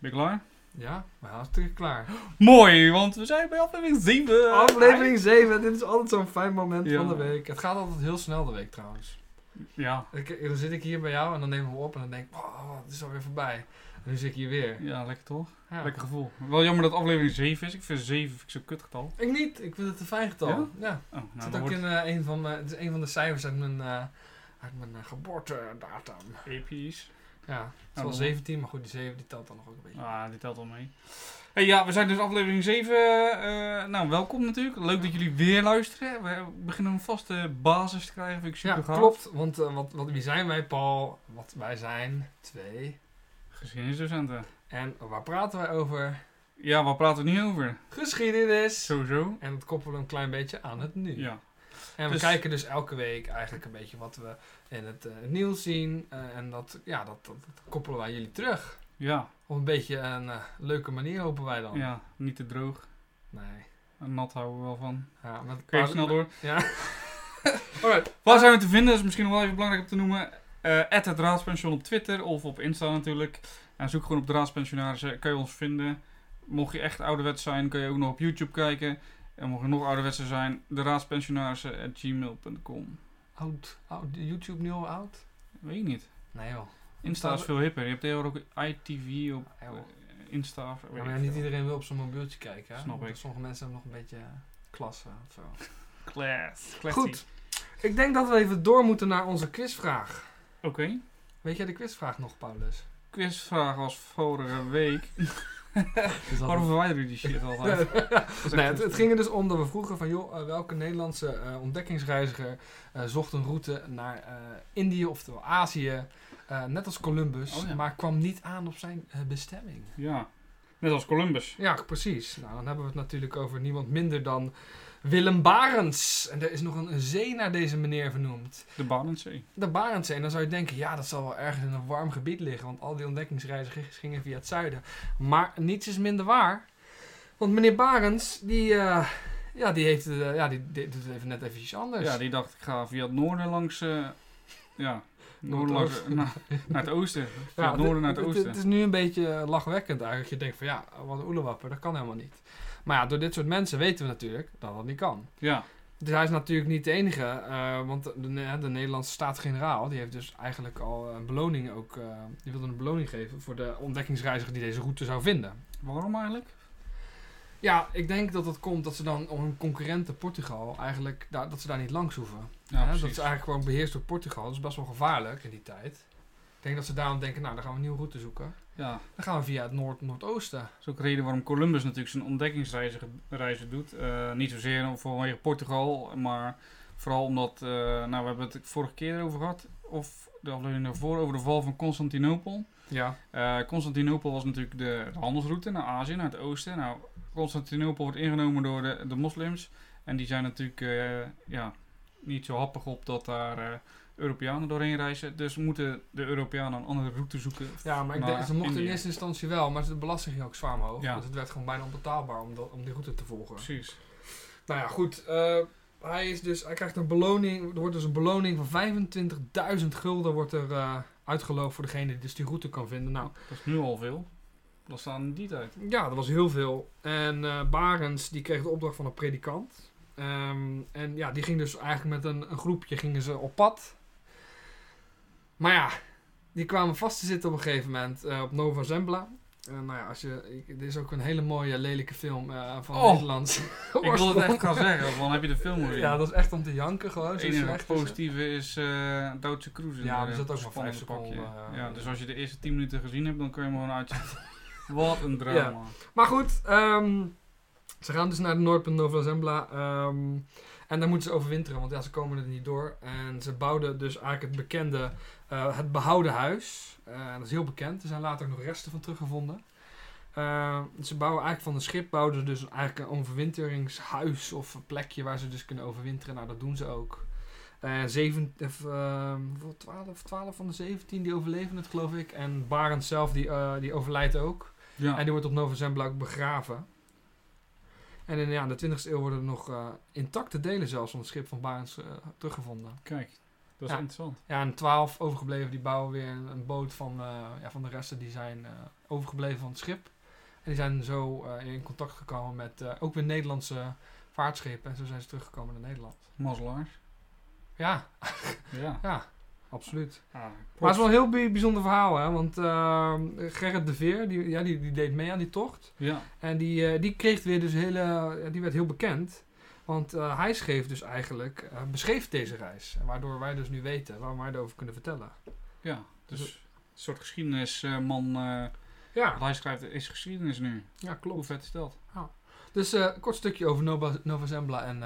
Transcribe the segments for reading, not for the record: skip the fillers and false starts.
je klaar? Ja, we zijn hartstikke klaar. Mooi, want we zijn bij aflevering 7. Aflevering 7, dit is altijd zo'n fijn moment Ja. van de week. Het gaat altijd heel snel de week trouwens. Ja, Dan zit ik hier bij jou en dan nemen we op en dan denk ik, oh, het is alweer voorbij. En nu zit ik hier weer. ja, lekker toch? Ja. Lekker gevoel. Wel jammer dat aflevering 7 is. Ik vind 7 zo'n kutgetal. Ik niet, ik vind het een fijn getal. Ja? Ja. Oh, Het nou, zit dan ook wordt in het is een van de cijfers uit mijn geboortedatum. episch. Ja, het is wel dan- 17, maar goed, die 7 die telt dan nog ook een beetje. Ah, dit telt al mee. Hey, ja, we zijn dus aflevering 7. Nou, welkom natuurlijk. Leuk dat jullie weer luisteren. We beginnen een vaste basis te krijgen. Vind ik super Ja, gaaf. klopt. Want wie zijn wij, Paul? Wij zijn 2. Geschiedenisdocenten. En waar praten wij over? Ja, waar praten we niet over? Geschiedenis. Sowieso. En dat koppelen we een klein beetje aan het nu. Ja. En we Dus- kijken dus elke week eigenlijk een beetje wat we in het nieuws zien. En dat koppelen wij jullie terug. Ja. Op een beetje een leuke manier hopen wij dan. Ja, niet te droog. Nee. Nat houden we wel van. Ja, met Kun je snel door? Ja. Alright. Waar zijn we te vinden? Dat is misschien nog wel even belangrijk om te noemen. Het Raadspension op Twitter of op Insta natuurlijk. En zoek gewoon op de Raadspensionarissen. Kan je ons vinden. Mocht je echt ouderwets zijn, kun je ook nog op YouTube kijken. En mocht je nog ouderwetser zijn, de raadspensionarissen@gmail.com. Oud. YouTube nu al oud? Weet je niet. Nee joh. Insta is veel hipper. Je hebt tegenwoordig ook ITV op Ja, joh. Insta. Of, Ja, weet maar ik niet veel. iedereen wil op zijn mobieltje kijken. Hè? Snap Want ik. Sommige mensen hebben nog een beetje klasse of zo. Class. Goed. Ik denk dat we even door moeten naar onze quizvraag. Oké. Weet jij de quizvraag nog, Paulus? Quizvraag was vorige week. Dus Waarom verwijderen we die shit altijd? Nee, het ging er dus om dat we vroegen van, joh, welke Nederlandse ontdekkingsreiziger zocht een route naar Indië, oftewel Azië, net als Columbus, Oh ja. maar kwam niet aan op zijn bestemming. Ja. Net als Columbus. Ja, precies. Nou, dan hebben we het natuurlijk over niemand minder dan Willem Barents. En er is nog een zee naar deze meneer vernoemd. De Barentszee. De Barentszee. En dan zou je denken, ja, dat zal wel ergens in een warm gebied liggen. Want al die ontdekkingsreizigers gingen via het zuiden. Maar niets is minder waar. Want meneer Barents, die doet het even net eventjes anders. Ja, die dacht ik ga via het noorden langs... noorden langs, naar het oosten. Via het noorden naar het oosten. Het is nu een beetje lachwekkend eigenlijk. Je denkt van, ja, wat een oelewapper, dat kan helemaal niet. Maar ja, door dit soort mensen weten we natuurlijk dat dat niet kan. Ja. Dus hij is natuurlijk niet de enige, want de Nederlandse Staats-Generaal, die heeft dus eigenlijk al een beloning ook, die wilde een beloning geven voor de ontdekkingsreiziger die deze route zou vinden. Waarom eigenlijk? Ja, ik denk dat het komt dat ze dan om hun concurrenten Portugal eigenlijk, dat ze daar niet langs hoeven. Ja, Hè, precies. dat is eigenlijk gewoon beheerst door Portugal, dat is best wel gevaarlijk in die tijd. Ik denk dat ze daarom denken, nou dan gaan we een nieuwe route zoeken. Ja. Dan gaan we via het noordoosten. Dat is ook de reden waarom Columbus natuurlijk zijn ontdekkingsreizen doet. Niet zozeer vanwege Portugal, maar vooral omdat... we hebben het vorige keer over gehad, of de aflevering daarvoor, over de val van Constantinopel. Ja. Constantinopel was natuurlijk de handelsroute naar Azië, naar het oosten. Nou, Constantinopel wordt ingenomen door de moslims. En die zijn natuurlijk niet zo happig op dat daar Europeanen doorheen reizen. Dus moeten de Europeanen een andere route zoeken. Ja, maar ik naar denk, ze mochten in Indië. eerste instantie wel, maar de belasting ging ook zwaar omhoog. Ja. Dus het werd gewoon bijna onbetaalbaar om die route te volgen. Precies. Nou ja, goed. Hij krijgt een beloning. Er wordt dus een beloning van 25.000 gulden wordt er uitgeloofd voor degene die dus die route kan vinden. Nou, Dat is nu al veel. Dat staan in die tijd. ja, dat was heel veel. En Barents die kreeg de opdracht van een predikant. En ja, die ging dus eigenlijk met een groepje gingen ze op pad. Maar ja, die kwamen vast te zitten op een gegeven moment op Nova Zembla. Nou ja, dit is ook een hele mooie, lelijke film van Nederlands. Ik wil het echt gaan zeggen, want heb je de film gezien? Ja, dat is echt om te janken gewoon. Het Zo enige slecht is het. positieve is Duitse Cruise. Ja, er zit ook maar 5 seconden. Ja, dus als je de eerste 10 minuten gezien hebt, dan kun je hem gewoon uitzetten. Wat een drama. Ja. Maar goed, ze gaan dus naar de Noordpunt Nova Zembla. En daar moeten ze overwinteren, want ja, ze komen er niet door. En ze bouwden dus eigenlijk het bekende, het behouden huis. Dat is heel bekend. Er zijn later ook nog resten van teruggevonden. Ze bouwen eigenlijk van een schip, bouwden ze dus eigenlijk een overwinteringshuis of een plekje waar ze dus kunnen overwinteren. Nou, dat doen ze ook. 12 van de 17 die overleven het, geloof ik. En Barents zelf, die overlijdt ook. Ja. En die wordt op Nova Zembla ook begraven. En in de 20e eeuw worden er nog intacte delen zelfs van het schip van Barents teruggevonden. Kijk, Dat is interessant. Ja, en 12 overgebleven die bouwen weer een boot van de resten die zijn overgebleven van het schip. En die zijn zo in contact gekomen met ook weer Nederlandse vaartschepen. En zo zijn ze teruggekomen naar Nederland. Mazzelaars. Ja, Ja. ja, absoluut. Ah, Maar het is wel een heel bijzonder verhaal, hè. Want Gerrit de Veer, die deed mee aan die tocht. Ja. En die kreeg weer dus die werd heel bekend. Want hij schreef dus eigenlijk, beschreef deze reis. En waardoor wij dus nu weten, waar wij erover kunnen vertellen. Ja, dus een soort geschiedenisman. Ja, Wat hij schrijft is geschiedenis nu. ja, Hoe klopt. vet is dat? Dus een kort stukje over Nova Zembla en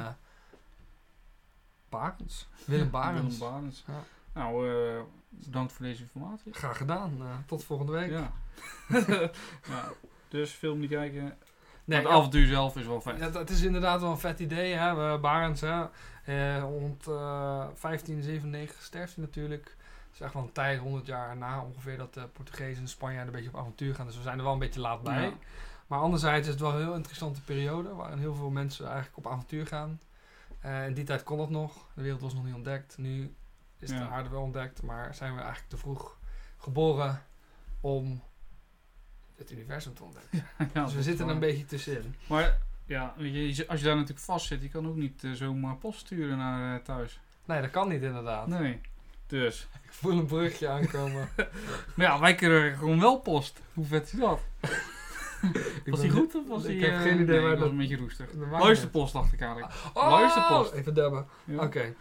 Barends. Willem Barends. Willem Barends. Ja. Nou, bedankt voor deze informatie. Graag gedaan. Tot volgende week. Ja. Ja. Dus film niet kijken. Maar Nee, het avontuur zelf is wel vet. het is inderdaad wel een vet idee. Hè? Barends, hè? Rond 1597 sterft hij natuurlijk. Het is echt wel een tijd, 100 jaar na ongeveer, dat de Portugezen en Spanjaarden een beetje op avontuur gaan. Dus we zijn er wel een beetje laat bij. Ja. Maar anderzijds is het wel een heel interessante periode, waarin heel veel mensen eigenlijk op avontuur gaan. In die tijd kon dat nog. De wereld was nog niet ontdekt. Nu is de aarde wel ontdekt, maar zijn we eigenlijk te vroeg geboren om het universum te ontdekken. Ja, Dus we zitten er een beetje tussenin. Maar ja, weet je, als je daar natuurlijk vast zit, je kan ook niet zomaar post sturen naar thuis. Nee, dat kan niet inderdaad. Nee. Dus. Ik voel een brugje aankomen. Maar ja, wij krijgen gewoon wel post. Hoe vet is dat? Was die goed of was die... Ik heb geen idee waar dat was dat... een beetje roestig. dat maakt Luisterpost dacht ik eigenlijk. niet. Oh, Luisterpost. even dubben. Ja. Oké.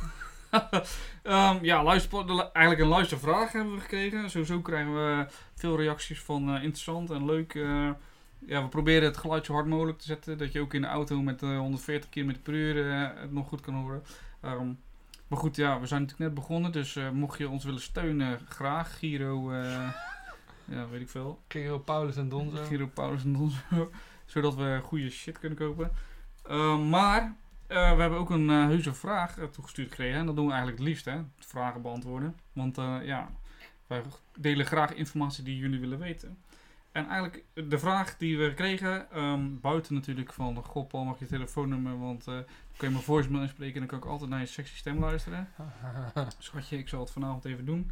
Ja, eigenlijk een luistervraag hebben we gekregen. Sowieso krijgen we veel reacties van interessant en leuk. Ja, we proberen het geluid zo hard mogelijk te zetten. Dat je ook in de auto met 140 km per uur het nog goed kan horen. Maar goed, ja, we zijn natuurlijk net begonnen. Dus mocht je ons willen steunen, graag. Giro, ja, weet ik veel. Giro, Paulus en Donzo. Giro, Paulus en Donzo. Zodat we goede shit kunnen kopen. Maar we hebben ook een heuse vraag toegestuurd gekregen. En dat doen we eigenlijk het liefst, hè. Vragen beantwoorden. Want ja, wij delen graag informatie die jullie willen weten. En eigenlijk de vraag die we kregen, buiten natuurlijk van... Goh, Paul, mag je telefoonnummer? Want dan kun je mijn voicemail inspreken... en dan kan ik altijd naar je sexy stem luisteren. Schatje, ik zal het vanavond even doen.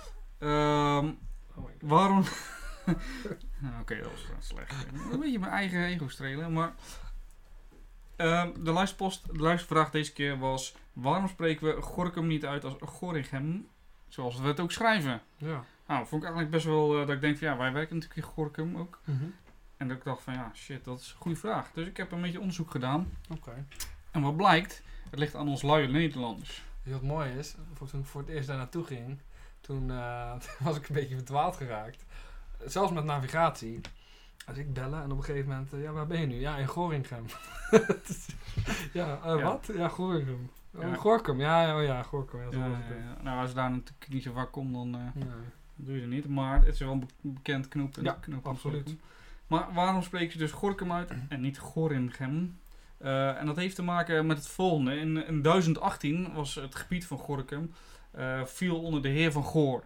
Waarom... Nou, oké, dat was slecht. Een beetje mijn eigen ego strelen, maar... de luistervraag deze keer was... Waarom spreken we Gorinchem niet uit als Gorinchem? Zoals we het ook schrijven. Ja. Nou, vond ik eigenlijk best wel... dat ik denk van ja, wij werken natuurlijk in Gorinchem ook. Mhm. En dat ik dacht van ja, shit, dat is een goede vraag. Dus ik heb een beetje onderzoek gedaan. Oké. En wat blijkt, het ligt aan ons luie Nederlanders. Wat mooi is, toen ik voor het eerst daar naartoe ging, toen was ik een beetje verdwaald geraakt. Zelfs met navigatie. Als ik bellen en op een gegeven moment, ja, waar ben je nu? Ja, in Gorinchem. Ja, Ja. wat? Ja, Gorinchem. Ja. Gorkum, ja, Gorkum. Ja, zo Ja, was het. ja. Nou, als je daar natuurlijk niet zo vaak komt, dan Nee. doe je het niet. Maar het is wel een bekend knooppunt. Ja, absoluut. Maar waarom spreek je dus Gorinchem uit en niet Gorinchem? En dat heeft te maken met het volgende. In 1018 was het gebied van Gorinchem viel onder de heer van Goor.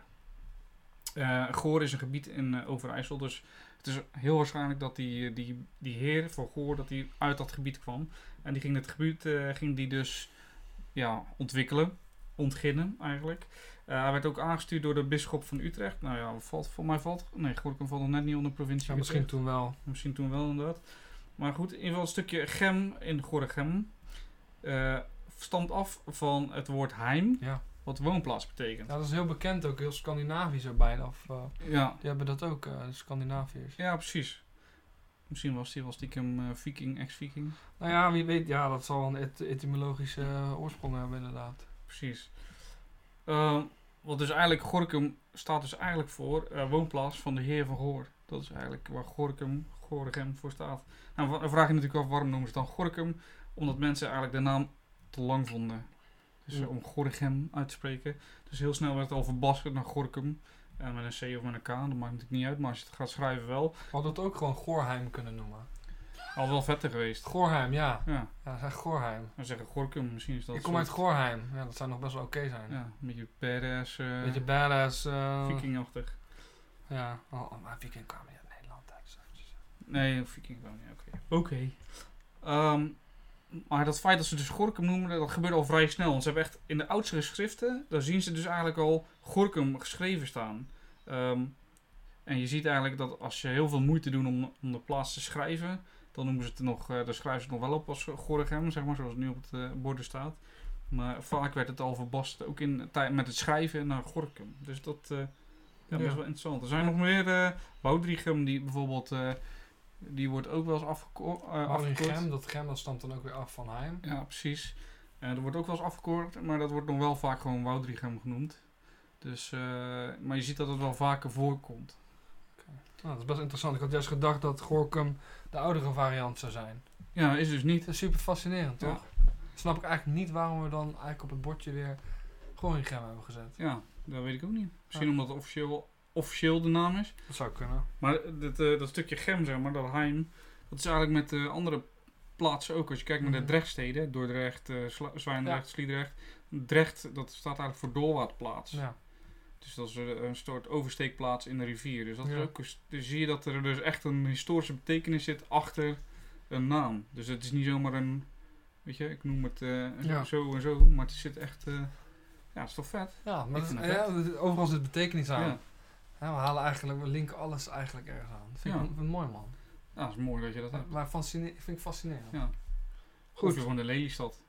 Goor is een gebied in Overijssel, dus het is heel waarschijnlijk dat die heer van Goor dat die uit dat gebied kwam. En die ging het gebied ging die dus ontwikkelen, ontginnen eigenlijk. Hij werd ook aangestuurd door de bisschop van Utrecht. Nou ja, Gorinchem valt nog net niet onder provincie Ja, misschien Utrecht. toen wel. Misschien toen wel inderdaad. Maar goed, in ieder geval een stukje Gem in Gorinchem stamt af van het woord heim, Ja. wat woonplaats betekent. Ja, dat is heel bekend ook, heel Scandinavisch ook bijna. Of, Ja, die hebben dat ook, de Scandinaviërs. ja precies. Misschien was die wel stiekem viking, ex-viking. Nou ja, wie weet, ja, dat zal een etymologische oorsprong hebben inderdaad. Precies. Wat dus eigenlijk, Gorinchem staat dus eigenlijk voor woonplaats van de heer van Goor. Dat is eigenlijk waar Gorinchem voor staat. Nou, dan vraag je natuurlijk af, waarom noemen ze het dan Gorinchem? Omdat mensen eigenlijk de naam te lang vonden. Dus om Gorinchem uit te spreken. Dus heel snel werd het al verbaskerd naar Gorinchem. En met een C of met een K, dat maakt natuurlijk niet uit. Maar als je het gaat schrijven wel. Hadden we het ook gewoon Gorheim kunnen noemen. Al wel vetter geweest. Gorheim, ja. Ja, Ja, dat is echt Gorheim. dan zeggen Gorinchem, misschien is dat Ik kom zo. uit Gorheim. Ja, dat zou nog best wel oké zijn. Ja, een beetje badass, Beetje badass. vikingachtig. Ja. Maar Viking kwamen niet uit Nederland. Hè, dus eventjes. Nee, viking wel niet, oké. Maar dat feit dat ze dus Gorinchem noemen, dat gebeurt al vrij snel. Want ze hebben echt in de oudste geschriften, daar zien ze dus eigenlijk al Gorinchem geschreven staan. En je ziet eigenlijk dat als je heel veel moeite doet om de plaats te schrijven, dan noemen ze het nog, dan schrijven ze het nog wel op als Gorinchem, zeg maar, zoals het nu op het bord staat. Maar vaak werd het al verbast, ook met het schrijven naar Gorinchem. Dus dat is wel interessant. Er zijn nog meer Woudrichem, die bijvoorbeeld, die wordt ook wel eens afgekort. Dat stamt dan ook weer af van Heim. Ja, precies. Dat wordt ook wel eens afgekort, maar dat wordt nog wel vaak gewoon Woudrichem genoemd. Dus, maar je ziet dat het wel vaker voorkomt. Nou, dat is best interessant. Ik had juist gedacht dat Gorinchem de oudere variant zou zijn. Ja, is dus niet. Dat is super fascinerend, toch? Snap ik eigenlijk niet waarom we dan eigenlijk op het bordje weer Gorinchem hebben gezet. Ja, dat weet ik ook niet. Misschien omdat het officieel de naam is. Dat zou kunnen. Maar dat stukje Gem, zeg maar, dat Heim, dat is eigenlijk met andere plaatsen ook. Als je kijkt naar de Drechtsteden, Dordrecht, Zwijndrecht, Sliedrecht. Drecht, dat staat eigenlijk voor doorwaartplaats. Ja. Dus dat is een soort oversteekplaats in de rivier. Dus dat is ook, dus zie je dat er dus echt een historische betekenis zit achter een naam. Dus het is niet zomaar een, weet je, ik noem het zo en zo, maar het zit echt, het is toch vet? Ja, maar overal zit betekenis aan. Ja. Ja, we linken alles eigenlijk ergens aan. Dat vind ik mooi, man. Ja, dat is mooi dat je dat hebt. Maar vind ik fascinerend. Ja. Goed. Of je gewoon de Lelystad.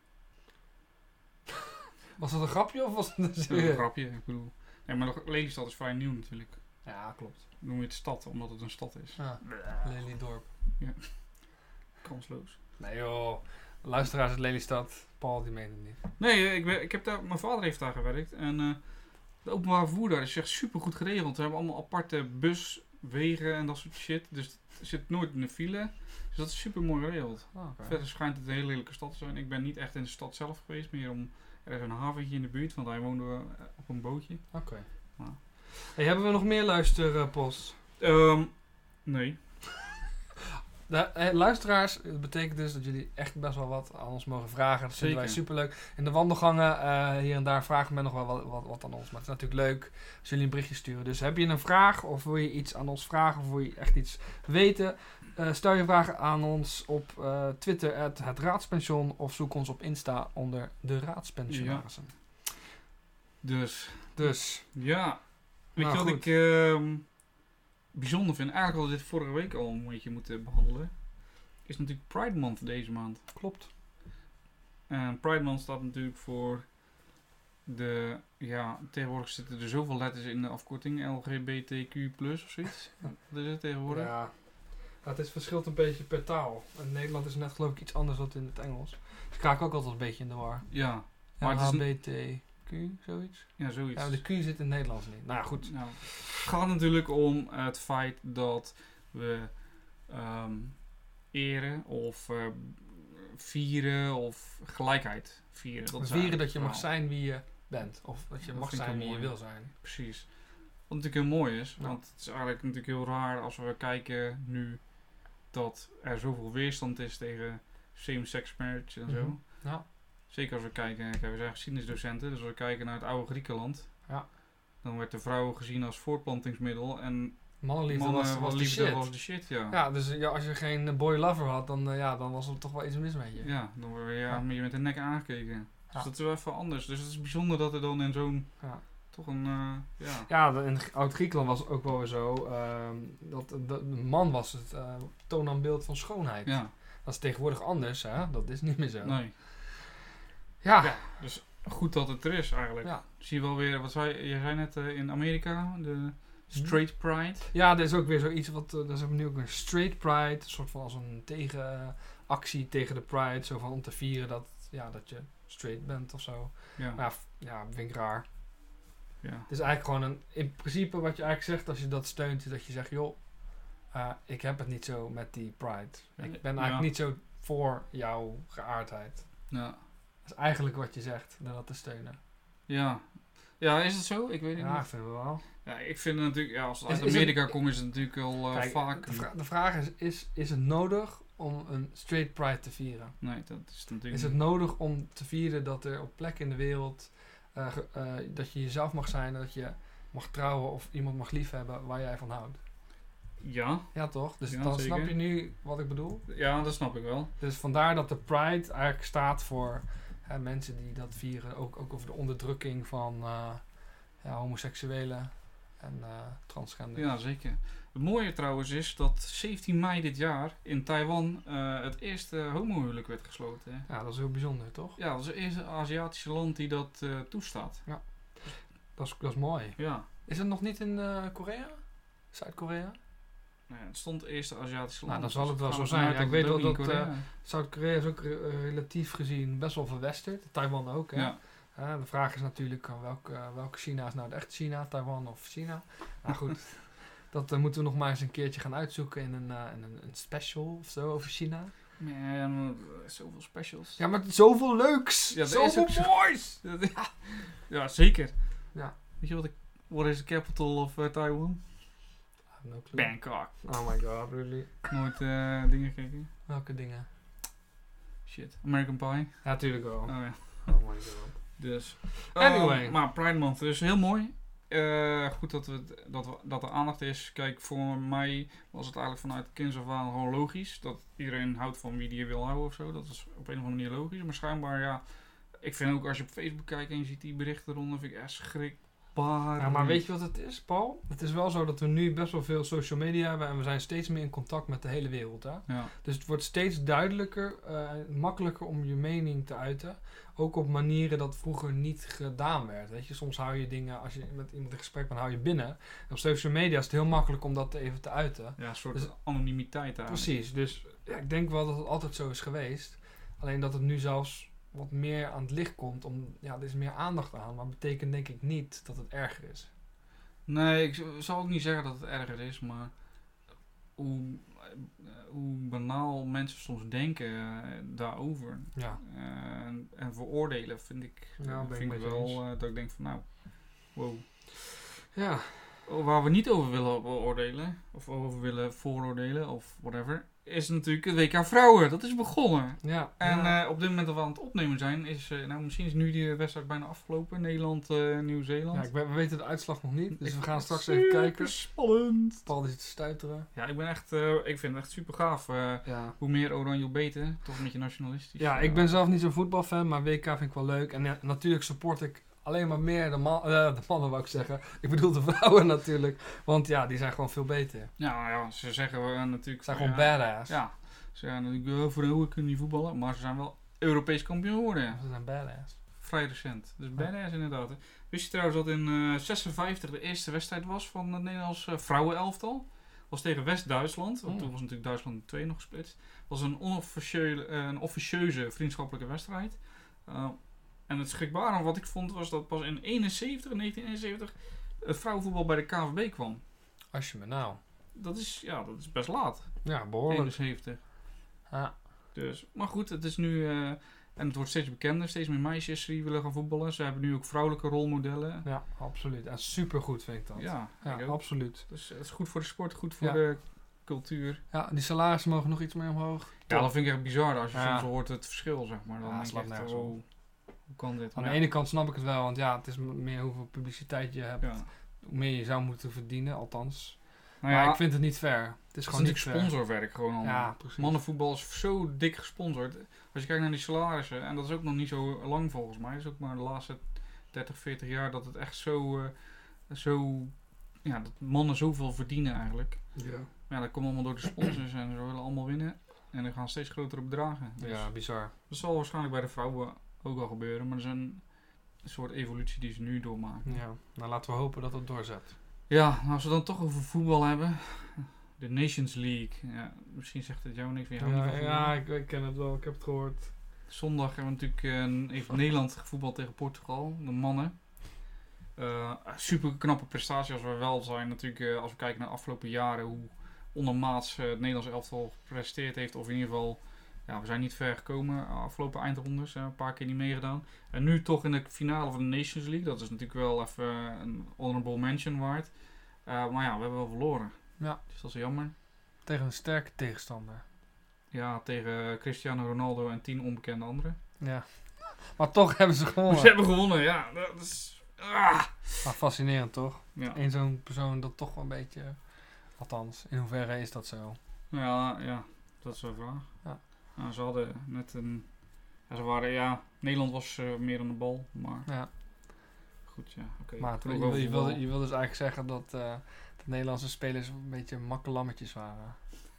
Was dat een grapje of was het een grapje? Ik bedoel... Nee, maar Lelystad is vrij nieuw natuurlijk. Ja, klopt. Dan noem je het stad, omdat het een stad is. Ja, Lelydorp. Ja. Kansloos. Nee joh, luisteraars uit Lelystad, Paul die meent het niet. Nee, ik heb daar, mijn vader heeft daar gewerkt. En het openbaar vervoer daar is echt super goed geregeld. We hebben allemaal aparte buswegen en dat soort shit. Dus er zit nooit in de file. Dus dat is super mooi geregeld. Verder schijnt het een hele lelijke stad te zijn. Ik ben niet echt in de stad zelf geweest, meer om... Er is een haventje in de buurt, want daar woonden we op een bootje. Oké. Hey, hebben we nog meer luisterpost? Nee. Luisteraars, dat betekent dus dat jullie echt best wel wat aan ons mogen vragen. Dat vinden wij superleuk. In de wandelgangen hier en daar vragen men nog wel wat aan ons. Maar het is natuurlijk leuk als jullie een berichtje sturen. Dus heb je een vraag of wil je iets aan ons vragen of wil je echt iets weten... stel je vragen aan ons op Twitter @het Raadspension of zoek ons op Insta onder de Raadspensionarissen. Ja. Dus. Ja. Weet je wat ik bijzonder vind? Eigenlijk hadden we dit vorige week al een beetje moeten behandelen. Is natuurlijk Pride Month deze maand. Klopt. En Pride Month staat natuurlijk voor de... Ja, tegenwoordig zitten er zoveel letters in de afkorting. LGBTQ+ of zoiets. Wat is het tegenwoordig? Ja. Het verschilt een beetje per taal. In Nederland is het net geloof ik iets anders dan in het Engels. Dus ik raak ook altijd een beetje in de war. Ja. Maar LHBTQ, zoiets? Ja, zoiets. Ja, de Q zit in het Nederlands niet. Nou ja, goed. Nou, het gaat natuurlijk om het feit dat we eren of vieren of gelijkheid vieren. Dat vieren dat je mag zijn wie je bent. Of dat je mag zijn wie je wil zijn. Precies. Wat natuurlijk heel mooi is. Want het is eigenlijk natuurlijk heel raar als we kijken nu dat er zoveel weerstand is tegen same-sex marriage en zo. Ja. Zeker als we kijken, we zijn geschiedenisdocenten, dus als we kijken naar het oude Griekenland. Ja. Dan werd de vrouw gezien als voortplantingsmiddel en mannenliefde was de shit. Ja. Ja, dus als je geen boy lover had, dan was er toch wel iets mis met je. Ja, dan word je met de nek aangekeken. Dus dat is wel even anders. Dus het is bijzonder dat er dan in zo'n... Toch een... Ja, in Oud-Griekenland was het ook wel weer zo. Dat de man was het toonaangbeeld van schoonheid. Ja. Dat is tegenwoordig anders, hè? Dat is niet meer zo. Nee. Ja. Dus goed dat het er is eigenlijk. Ja. Zie je wel weer, je zei net in Amerika, de straight pride. Ja, er is ook weer zoiets, daar zijn we nu ook weer straight pride. Een soort van als een tegenactie tegen de pride. Zo van om te vieren dat je straight bent of zo. Ja. Maar ja, vind ik raar. Ja. Het is eigenlijk gewoon in principe wat je eigenlijk zegt als je dat steunt, is dat je zegt, joh, ik heb het niet zo met die pride. Ik ben eigenlijk niet zo voor jouw geaardheid. Ja. Dat is eigenlijk wat je zegt, door dat te steunen. Ja. Ja, is het zo? Ik weet het niet. Ja, ik vind het wel. Ja, ik vind het natuurlijk, als het uit Amerika komt, is het natuurlijk al vaak... De vraag is het nodig om een straight pride te vieren? Nee, dat is natuurlijk... Is het nodig om te vieren dat er op plekken in de wereld... dat je jezelf mag zijn en dat je mag trouwen of iemand mag liefhebben waar jij van houdt? Ja, Ja, toch? Dus Ja, dan zeker. snap je nu wat ik bedoel. ja, dat snap ik wel. Dus vandaar dat de Pride eigenlijk staat voor mensen die dat vieren. Ook over de onderdrukking van homoseksuelen en transgender. Ja, zeker. Het mooie trouwens is dat 17 mei dit jaar in Taiwan het eerste homohuwelijk werd gesloten. Hè. Ja, dat is heel bijzonder, toch? Ja, dat is het eerste Aziatische land die dat toestaat. Dat is mooi. Ja. Is het nog niet in Korea? Zuid-Korea? Nou ja, het stond eerste Aziatische Nou, land. dan zal het wel gaan zo we zijn. vanuit Ja, ik weet het wel ook in dat, Korea. Zuid-Korea is ook relatief gezien best wel verwesterd. Taiwan ook, hè? Ja. De vraag is natuurlijk welke China is nou het echte China, Taiwan of China. Nou goed, dat moeten we nog maar eens een keertje gaan uitzoeken in een special of zo over China. Man, zoveel specials. Ja, maar zoveel leuks! Ja, dat zoveel is ook zo. moois! Ja, zeker. Ja. Weet je what is the capital of Taiwan? No clue. Bangkok. Oh my god, really? Nooit dingen gekeken? Welke dingen? Shit. American Pie? Ja, natuurlijk wel. Oh ja. Oh my god. Dus. Anyway. Maar Pride Month, dus heel mooi. Goed dat er aandacht is. Kijk, voor mij was het eigenlijk vanuit kinds af aan gewoon logisch. Dat iedereen houdt van wie die je wil houden of zo. Dat is op een of andere manier logisch. Maar schijnbaar, ja. Ik vind ook als je op Facebook kijkt en je ziet die berichten eronder, vind ik echt schrikbaar. Ja, maar weet je wat het is, Paul? Het is wel zo dat we nu best wel veel social media hebben en we zijn steeds meer in contact met de hele wereld. Hè? Ja. Dus het wordt steeds duidelijker, makkelijker om je mening te uiten. Ook op manieren dat vroeger niet gedaan werd. Weet je? Soms hou je dingen, als je met iemand in gesprek bent, hou je binnen. En op social media is het heel makkelijk om dat even te uiten. Ja, een soort Dus- anonimiteit eigenlijk. Precies, dus ja, ik denk wel dat het altijd zo is geweest. Alleen dat het nu zelfs wat meer aan het licht komt. Er is meer aandacht aan. Maar betekent denk ik niet dat het erger is. Nee, ik zal ook niet zeggen dat het erger is, maar hoe banaal mensen soms denken daarover. Ja. En veroordelen vind ik, Ja, ben ik vind ik met je wel eens. dat ik denk van nou, wow. Ja, Waar we niet over willen beoordelen, of over willen vooroordelen, of whatever, is natuurlijk het WK Vrouwen. Dat is begonnen. ja. En ja. op dit moment dat we aan het opnemen zijn, is, misschien is nu die wedstrijd bijna afgelopen. Nederland, Nieuw-Zeeland. We weten de uitslag nog niet. Dus we gaan straks even kijken. Spannend. Paul is te stuiteren. Ja, ik vind het echt super gaaf. Ja. Hoe meer oranje, hoe beter. Toch een beetje nationalistisch. Ja, ik ben zelf niet zo'n voetbalfan, maar WK vind ik wel leuk. En ja, natuurlijk support ik alleen maar meer de mannen, wou ik zeggen. Ik bedoel de vrouwen natuurlijk. Want ja, die zijn gewoon veel beter. Ja, ze zeggen natuurlijk... Ze zijn gewoon ja, badass. Ja, ze zijn natuurlijk vrouwen kunnen niet voetballen, maar ze zijn wel Europees kampioen geworden. Ze zijn badass. Vrij recent. Dus badass inderdaad. Hè. Wist je trouwens dat in 56 de eerste wedstrijd was van het Nederlands vrouwenelftal? Was tegen West-Duitsland. Want toen was natuurlijk Duitsland in 2 nog gesplitst. Het was een officieuze vriendschappelijke wedstrijd. En het schrikbarende wat ik vond was dat pas in 1971 het vrouwenvoetbal bij de KNVB kwam. Als je me nou. Dat is best laat. Ja, behoorlijk. 71. Ja. Dus, maar goed, het is nu... en het wordt steeds bekender. Steeds meer meisjes die willen gaan voetballen. Ze hebben nu ook vrouwelijke rolmodellen. Ja, absoluut. En supergoed vind ik dat. Ja, Ja, ik ook. absoluut. Dus het is goed voor de sport, goed voor Ja. de cultuur. Ja, die salarissen mogen nog iets meer omhoog. Ja, dat vind ik echt bizar als je Ja. soms hoort het verschil, zeg maar. Dan Ja, denk je slaat echt, nergens oh, op. hoe kan dit? Aan Maar de ene kant snap ik het wel, want ja, het is meer hoeveel publiciteit je hebt. ja. Hoe meer je zou moeten verdienen, althans. Nou Maar ja, ik vind het niet fair. Het is het is gewoon niet natuurlijk fair. sponsorwerk gewoon allemaal. Ja, precies. Mannenvoetbal is zo dik gesponsord. Als je kijkt naar die salarissen, en dat is ook nog niet zo lang volgens mij. Het is ook maar de laatste 30, 40 jaar dat het echt dat mannen zoveel verdienen eigenlijk. Ja. Maar ja, dat komt allemaal door de sponsors en ze willen allemaal winnen. En er gaan steeds grotere bedragen. Dus Ja, bizar. dat zal waarschijnlijk bij de vrouwen ook wel gebeuren. Maar er is een soort evolutie die ze nu doormaken. Ja, nou laten we hopen dat het doorzet. Ja, als we dan toch over voetbal hebben. De Nations League. Ja, misschien zegt het jou niks. Maar je houdt niet van voetbal. Ja, ik ken het wel. Ik heb het gehoord. Zondag hebben we natuurlijk heeft Nederland gevoetbald tegen Portugal. De mannen. Super knappe prestatie als we wel zijn. Natuurlijk als we kijken naar de afgelopen jaren. Hoe ondermaats het Nederlands elftal gepresteerd heeft. Of in ieder geval, ja, we zijn niet ver gekomen. Afgelopen eindrondes. Een paar keer niet meegedaan. En nu toch in de finale van de Nations League. Dat is natuurlijk wel even een honorable mention waard. Maar ja, we hebben wel verloren. Ja. Dus dat is jammer. Tegen een sterke tegenstander. Ja, tegen Cristiano Ronaldo en 10 onbekende anderen. Ja. Maar toch hebben ze gewonnen. Ze hebben gewonnen, ja. Dat is... Maar fascinerend toch? Ja. Eén zo'n persoon dat toch wel een beetje Althans, in hoeverre is dat zo? Ja, dat is wel een vraag. Ja. Nou, ze hadden net een... Ja, ze waren, Nederland was meer aan de bal, maar Ja. goed, ja, oké. Maar Genoeg je over wil voetbal. dus eigenlijk zeggen dat de Nederlandse spelers een beetje makkelammetjes waren.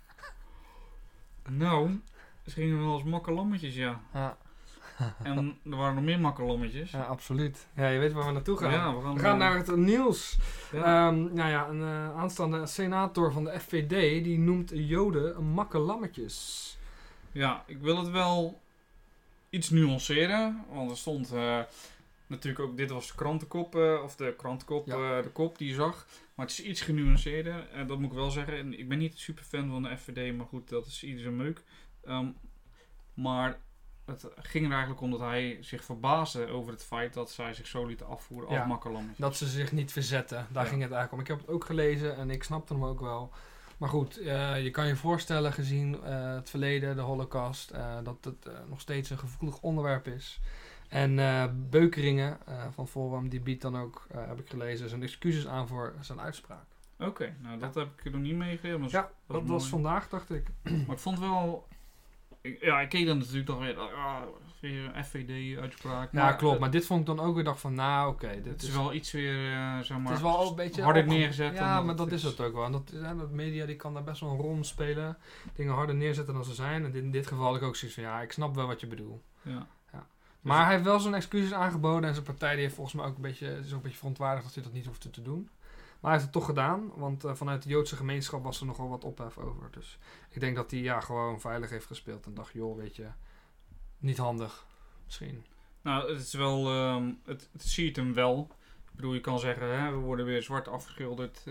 Nou, ze gingen wel als makkelammetjes, ja. Ja. En er waren nog meer makkelammetjes. Ja, absoluut. Ja, je weet waar we naartoe gaan. Ja, We gaan naar het nieuws. Ja. Een aanstaande senator van de FVD die noemt Joden makkelammetjes. Ja, ik wil het wel iets nuanceren. Want er stond natuurlijk ook, dit was de krantenkop, de kop die je zag. Maar het is iets genuanceerder, dat moet ik wel zeggen. En ik ben niet super fan van de FVD, maar goed, dat is ieder zijn meuk. Maar het ging er eigenlijk om dat hij zich verbaasde over het feit dat zij zich zo lieten afvoeren als makkerlammetjes. Dat ze zich niet verzetten, daar ging het eigenlijk om. Ik heb het ook gelezen en ik snapte hem ook wel. Maar goed, je kan je voorstellen gezien het verleden, de Holocaust, dat het nog steeds een gevoelig onderwerp is. En Beukeringen van Forum, die biedt dan ook, heb ik gelezen, zijn excuses aan voor zijn uitspraak. Oké, nou dat heb ik er nog niet meegegeven. Ja, dat was vandaag, dacht ik. Maar ik vond wel... ik keek dan natuurlijk toch weer een FVD-uitspraak. Ja, klopt. Maar dit vond ik dan ook weer dacht van, dit is wel iets weer, zeg maar... Het is wel een beetje... harder neergezet. Ja, maar dat is het ook wel. En dat media die kan daar best wel een rol in spelen. Dingen harder neerzetten dan ze zijn. En in dit geval had ik ook zoiets van, ik snap wel wat je bedoelt. Ja. Maar hij heeft wel zijn excuses aangeboden. En zijn partij die heeft volgens mij ook een beetje verontwaardigd dat hij dat niet hoefde te doen. Maar hij heeft het toch gedaan. Want vanuit de Joodse gemeenschap was er nogal wat ophef over. Dus ik denk dat hij gewoon veilig heeft gespeeld. En dacht, joh, weet je, niet handig. Misschien. Nou, het is wel... het ziet hem wel. Ik bedoel, je kan zeggen, we worden weer zwart afgeschilderd.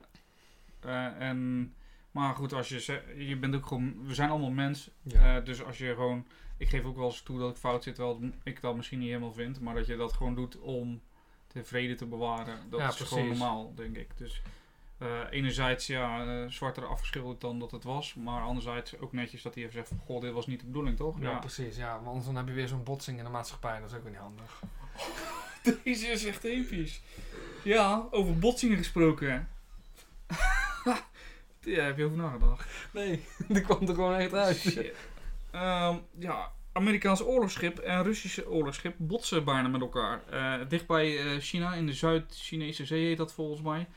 Maar goed, als je bent ook gewoon... We zijn allemaal mens. Ja. Dus als je gewoon... Ik geef ook wel eens toe dat ik fout zit, terwijl ik dat misschien niet helemaal vind. Maar dat je dat gewoon doet om de vrede te bewaren. Dat is precies. gewoon normaal, denk ik. Dus enerzijds, zwarter afgeschilderd dan dat het was. Maar anderzijds ook netjes dat hij even zegt van... Goh, dit was niet de bedoeling, toch? Ja, precies. Ja, want anders dan heb je weer zo'n botsing in de maatschappij. Dat is ook weer niet handig. Deze is echt episch. Ja, over botsingen gesproken. Ja, heb je over nagedacht? Nee, die kwam er gewoon echt uit. Shit. Amerikaans oorlogsschip en Russische oorlogsschip botsen bijna met elkaar. Dicht bij China, in de Zuid-Chinese zee heet dat volgens mij.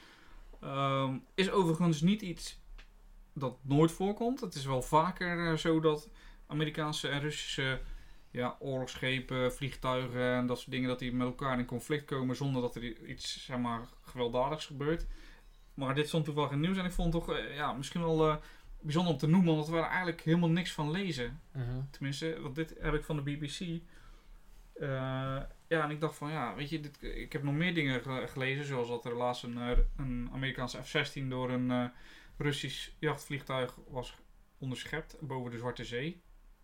Is overigens niet iets dat nooit voorkomt. Het is wel vaker zo dat Amerikaanse en Russische oorlogsschepen, vliegtuigen en dat soort dingen, dat die met elkaar in conflict komen zonder dat er iets, zeg maar, gewelddadigs gebeurt. Maar dit stond toevallig in het nieuws en ik vond het toch misschien wel bijzonder om te noemen, want we er eigenlijk helemaal niks van lezen. Tenminste, want dit heb ik van de BBC. En ik dacht van, weet je, ik heb nog meer dingen gelezen, zoals dat er laatst een Amerikaanse F-16 door een Russisch jachtvliegtuig was onderschept boven de Zwarte Zee.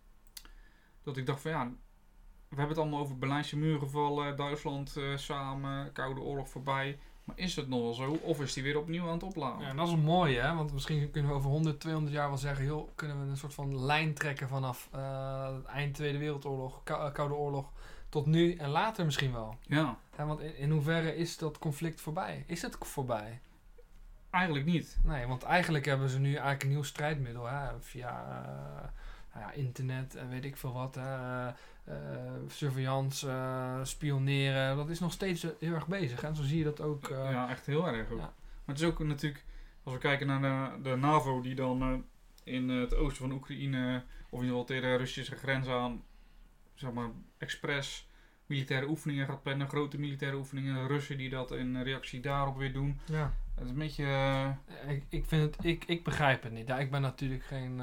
Dat ik dacht van, we hebben het allemaal over Berlijnse muur gevallen, Duitsland samen, Koude Oorlog voorbij. Maar is het nog wel zo? Of is die weer opnieuw aan het opladen? Ja, dat is een mooie, hè? Want misschien kunnen we over 100, 200 jaar wel zeggen... joh, kunnen we een soort van lijn trekken vanaf eind Tweede Wereldoorlog, Koude Oorlog... tot nu en later misschien wel. Ja. Want in hoeverre is dat conflict voorbij? Is het voorbij? Eigenlijk niet. Nee, want eigenlijk hebben ze nu eigenlijk een nieuw strijdmiddel, hè? Via internet en weet ik veel wat. Surveillance, spioneren. Dat is nog steeds heel erg bezig. En zo zie je dat ook. Echt heel erg ook. Ja. Maar het is ook natuurlijk, als we kijken naar de NAVO, die dan in het oosten van Oekraïne, of in ieder geval tegen de Russische grens aan, zeg maar, expres militaire oefeningen gaat plannen, grote militaire oefeningen. De Russen die dat in reactie daarop weer doen. Ja. Het is een beetje... Ik begrijp het niet. Ja, ik ben natuurlijk geen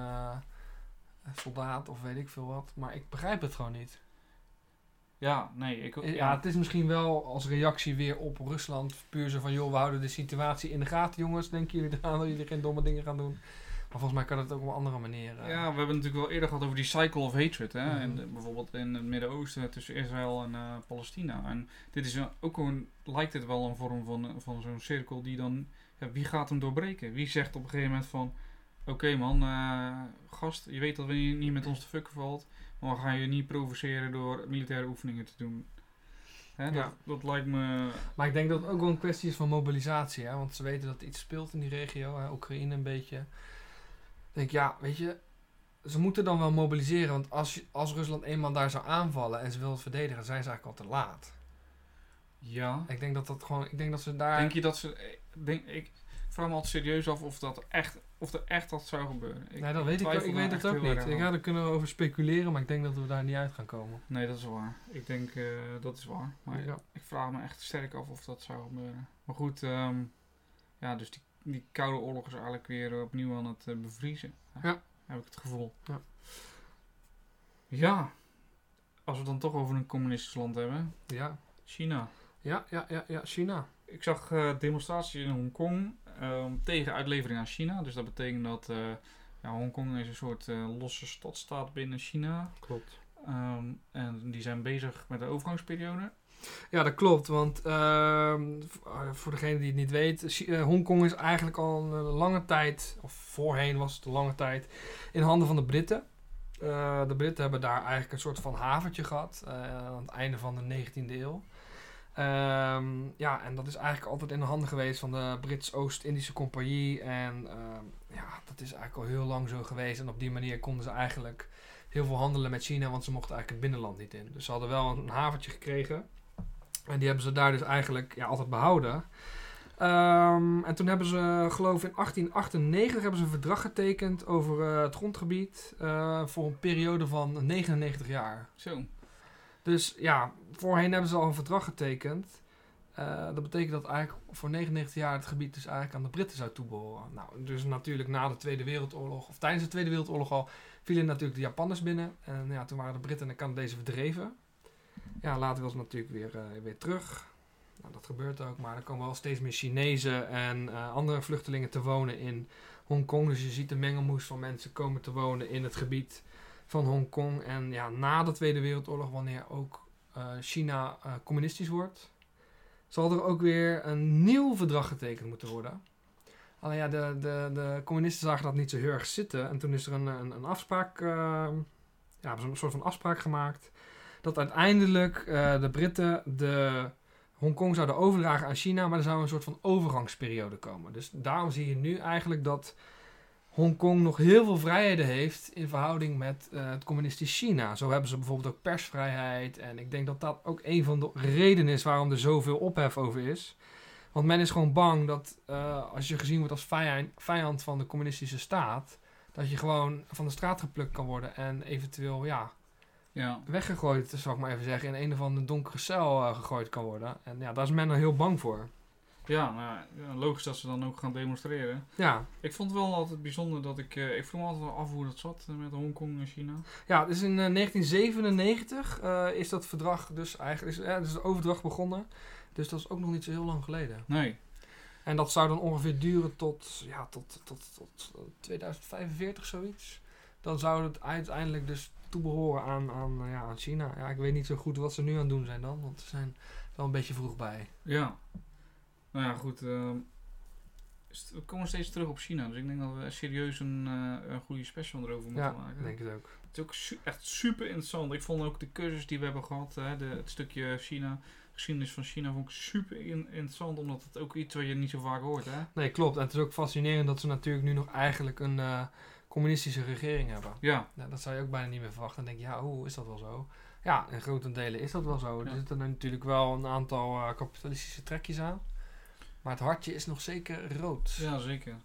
soldaat of weet ik veel wat. Maar ik begrijp het gewoon niet. Ja, nee. Het is misschien wel als reactie weer op Rusland. Puur zo van, joh, we houden de situatie in de gaten, jongens. Denken jullie eraan dat jullie geen domme dingen gaan doen? Maar volgens mij kan het ook op een andere manier. Ja, we hebben het natuurlijk wel eerder gehad over die cycle of hatred. Hè? En, bijvoorbeeld in het Midden-Oosten tussen Israël en Palestina. En dit is lijkt het wel een vorm van zo'n cirkel die dan... wie gaat hem doorbreken? Wie zegt op een gegeven moment van... Oké, man, gast, je weet dat we niet met ons te fucken valt. Maar we gaan je niet provoceren door militaire oefeningen te doen. Hè, Ja. dat lijkt me... Maar ik denk dat het ook wel een kwestie is van mobilisatie. Hè? Want ze weten dat er iets speelt in die regio. Hè? Oekraïne een beetje. Ik denk, ja, weet je... Ze moeten dan wel mobiliseren. Want als Rusland eenmaal daar zou aanvallen en ze wil het verdedigen, zijn ze eigenlijk al te laat. Ja. Ik denk dat dat gewoon... Ik denk dat ze daar... Denk je dat ze... Ik vraag me altijd serieus af of er echt dat zou gebeuren. Nee, dat weet ik ook. twijfel Ik daar weet het echt ook heel niet. erg aan. Daar kunnen we over speculeren, maar ik denk dat we daar niet uit gaan komen. Nee, dat is waar. Ik denk dat is waar. Maar Ja. ik vraag me echt sterk af of dat zou gebeuren. Maar goed, ja, dus die Koude Oorlog is eigenlijk weer opnieuw aan het bevriezen. Ja. Heb ik het gevoel. Ja. Ja. Als we het dan toch over een communistisch land hebben. Ja. China. Ja, China. Ik zag demonstraties in Hongkong tegen uitlevering aan China. Dus dat betekent dat Hongkong is een soort losse stadstaat binnen China. Klopt. En die zijn bezig met de overgangsperiode. Ja, dat klopt. Want voor degene die het niet weet, Hongkong is eigenlijk al een lange tijd, of voorheen was het een lange tijd, in handen van de Britten. De Britten hebben daar eigenlijk een soort van haventje gehad aan het einde van de 19e eeuw. Ja, en dat is eigenlijk altijd in de handen geweest van de Brits Oost-Indische Compagnie. En ja, dat is eigenlijk al heel lang zo geweest. En op die manier konden ze eigenlijk heel veel handelen met China, want ze mochten eigenlijk het binnenland niet in. Dus ze hadden wel een haventje gekregen. En die hebben ze daar dus eigenlijk altijd behouden. En toen hebben ze, geloof ik in 1898, hebben ze een verdrag getekend over het grondgebied voor een periode van 99 jaar. Zo. Dus ja, voorheen hebben ze al een verdrag getekend. Dat betekent dat eigenlijk voor 99 jaar het gebied dus eigenlijk aan de Britten zou toebehoren. Nou, dus natuurlijk na de Tweede Wereldoorlog, of tijdens de Tweede Wereldoorlog al, vielen natuurlijk de Japanners binnen. En ja, toen waren de Britten en de Canadezen verdreven. Ja, later wil ze natuurlijk weer terug. Nou, dat gebeurt ook, maar er komen wel steeds meer Chinezen en andere vluchtelingen te wonen in Hongkong. Dus je ziet de mengelmoes van mensen komen te wonen in het gebied van Hongkong. En ja, na de Tweede Wereldoorlog, wanneer ook China communistisch wordt, zal er ook weer een nieuw verdrag getekend moeten worden. Alleen ja, de communisten zagen dat niet zo heel erg zitten. En toen is er een afspraak, hebben ze een soort van afspraak gemaakt, dat uiteindelijk de Britten de Hongkong zouden overdragen aan China, maar er zou een soort van overgangsperiode komen. Dus daarom zie je nu eigenlijk dat Hongkong nog heel veel vrijheden heeft in verhouding met het communistisch China. Zo hebben ze bijvoorbeeld ook persvrijheid. En ik denk dat dat ook een van de redenen is waarom er zoveel ophef over is. Want men is gewoon bang dat als je gezien wordt als vijand van de communistische staat, dat je gewoon van de straat geplukt kan worden en eventueel weggegooid, zal ik maar even zeggen, in een of andere donkere cel gegooid kan worden. En ja, daar is men er heel bang voor. Ja, nou, logisch dat ze dan ook gaan demonstreren. Ja. Ik vond het wel altijd bijzonder dat ik vroeg me altijd af hoe dat zat met Hongkong en China. Ja, dus in 1997 is dat verdrag dus eigenlijk, dus de overdracht begonnen. Dus dat is ook nog niet zo heel lang geleden. Nee. En dat zou dan ongeveer duren tot 2045 zoiets. Dan zou het uiteindelijk dus toebehoren aan China. Ja, ik weet niet zo goed wat ze nu aan het doen zijn dan, want ze zijn wel een beetje vroeg bij. Ja. Nou ja, goed. We komen steeds terug op China. Dus ik denk dat we serieus een goede special erover moeten maken. Ja, denk het ook. Het is ook echt super interessant. Ik vond ook de cursus die we hebben gehad, het stukje China, geschiedenis van China, vond ik super interessant. Omdat het ook iets wat je niet zo vaak hoort. Hè? Nee, klopt. En het is ook fascinerend dat ze natuurlijk nu nog eigenlijk een communistische regering hebben. Ja. Dat zou je ook bijna niet meer verwachten. Dan denk je, hoe is dat wel zo? Ja, in grote delen is dat wel zo. Ja. Er zitten natuurlijk wel een aantal kapitalistische trekjes aan. Maar het hartje is nog zeker rood. Ja, zeker.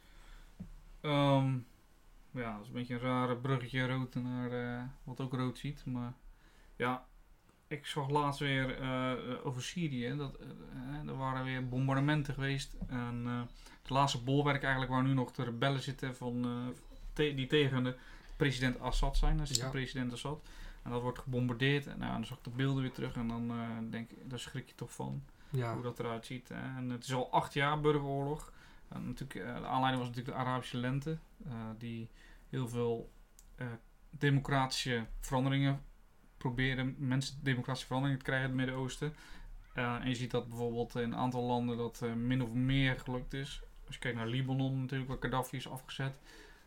Ja, dat is een beetje een rare bruggetje rood naar wat ook rood ziet. Maar ja, ik zag laatst weer over Syrië. Er waren weer bombardementen geweest. En het laatste bolwerk eigenlijk waar nu nog de rebellen zitten die tegen de president Assad zijn. Dat is de president Assad. En dat wordt gebombardeerd. En dan zag ik de beelden weer terug. En dan daar schrik je toch van. Ja. Hoe dat eruit ziet. Hè. En het is al 8 jaar burgeroorlog. En natuurlijk, de aanleiding was natuurlijk de Arabische lente. Die heel veel democratische veranderingen proberen. Mensen democratische veranderingen te krijgen in het Midden-Oosten. En je ziet dat bijvoorbeeld in een aantal landen dat min of meer gelukt is. Als je kijkt naar Libanon natuurlijk, waar Gaddafi is afgezet.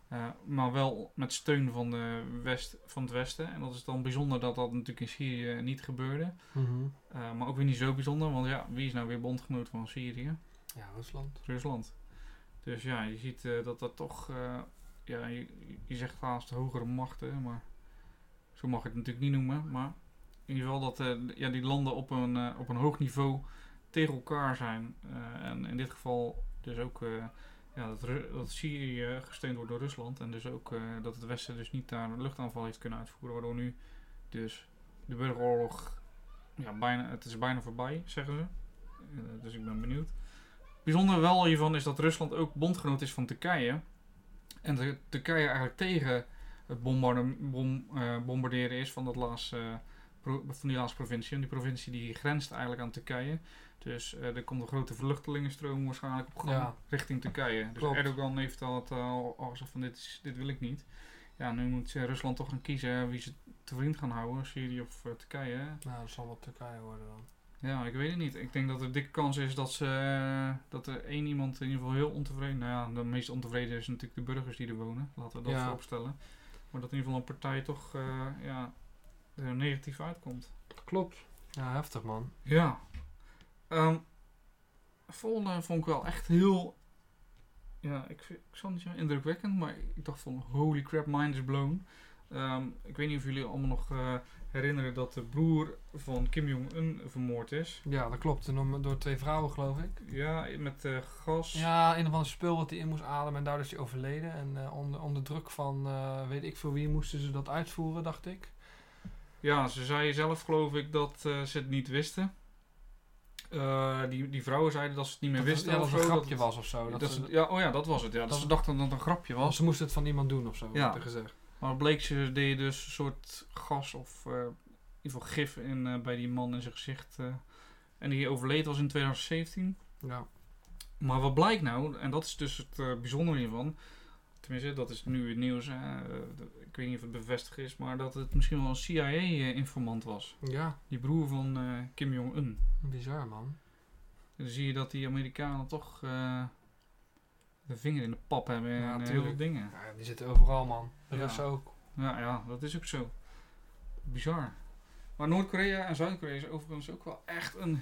Maar wel met steun van, van het Westen. En dat is dan bijzonder dat dat natuurlijk in Syrië niet gebeurde. Maar ook weer niet zo bijzonder, want ja, wie is nou weer bondgenoot van Syrië? Ja, Rusland. Rusland. Dus ja, je ziet dat dat toch, ja, je zegt haast hogere machten, maar zo mag je het natuurlijk niet noemen. Maar in ieder geval dat ja, die landen op een hoog niveau tegen elkaar zijn. En in dit geval dus ook ja, dat Syrië gesteund wordt door Rusland. En dus ook dat het Westen dus niet daar een luchtaanval heeft kunnen uitvoeren. Waardoor nu dus de burgeroorlog, ja, het is bijna voorbij, zeggen ze. Dus ik ben benieuwd. Bijzonder wel hiervan is dat Rusland ook bondgenoot is van Turkije. En Turkije eigenlijk tegen het bombarderen is van, van die laatste provincie. En die provincie die grenst eigenlijk aan Turkije. Dus er komt een grote vluchtelingenstroom waarschijnlijk op gang richting Turkije. Dus Klopt. Erdogan heeft al gezegd van dit wil ik niet. Ja, nu moet Rusland toch gaan kiezen wie ze te vriend gaan houden. Syrië of Turkije. Nou, dat zal wel Turkije worden dan. Ja, ik weet het niet. Ik denk dat er dikke kans is dat er één iemand in ieder geval heel ontevreden... Nou ja, de meest ontevreden is natuurlijk de burgers die er wonen. Laten we dat vooropstellen. Maar dat in ieder geval een partij toch er negatief uitkomt. Klopt. Ja, heftig man. Ja. Volgende vond ik wel echt heel... Ja, ik zal niet zeggen indrukwekkend, maar ik dacht van holy crap, mind is blown. Ik weet niet of jullie allemaal nog herinneren dat de broer van Kim Jong-un vermoord is. Ja, dat klopt. En door 2 vrouwen, geloof ik. Ja, met gas. Ja, een of ander spul wat hij in moest ademen en daardoor is hij overleden. En onder druk van weet ik veel wie moesten ze dat uitvoeren, dacht ik. Ja, ze zei zelf, geloof ik, dat ze het niet wisten. Die vrouwen zeiden dat ze het niet meer wisten. Dat het een grapje was of zo. Dat was het. Ja. Dat ze dachten dat het een grapje was. Ze moesten het van iemand doen of zo, ja. werd er gezegd. Maar het bleek, ze deden dus een soort gas of in ieder geval gif bij die man in zijn gezicht. En die overleed was in 2017. Ja. Maar wat blijkt nou, en dat is dus het bijzondere hiervan. Tenminste, dat is nu het nieuws. Ik weet niet of het bevestigd is, maar dat het misschien wel een CIA-informant was. Ja. Die broer van Kim Jong-un. Bizar, man. Dan zie je dat die Amerikanen toch de vinger in de pap hebben en heel tuurlijk. veel dingen. Ja, die zitten overal, man. De Russen ook. Ja, dat is ook zo. Bizar. Maar Noord-Korea en Zuid-Korea is overigens ook wel echt een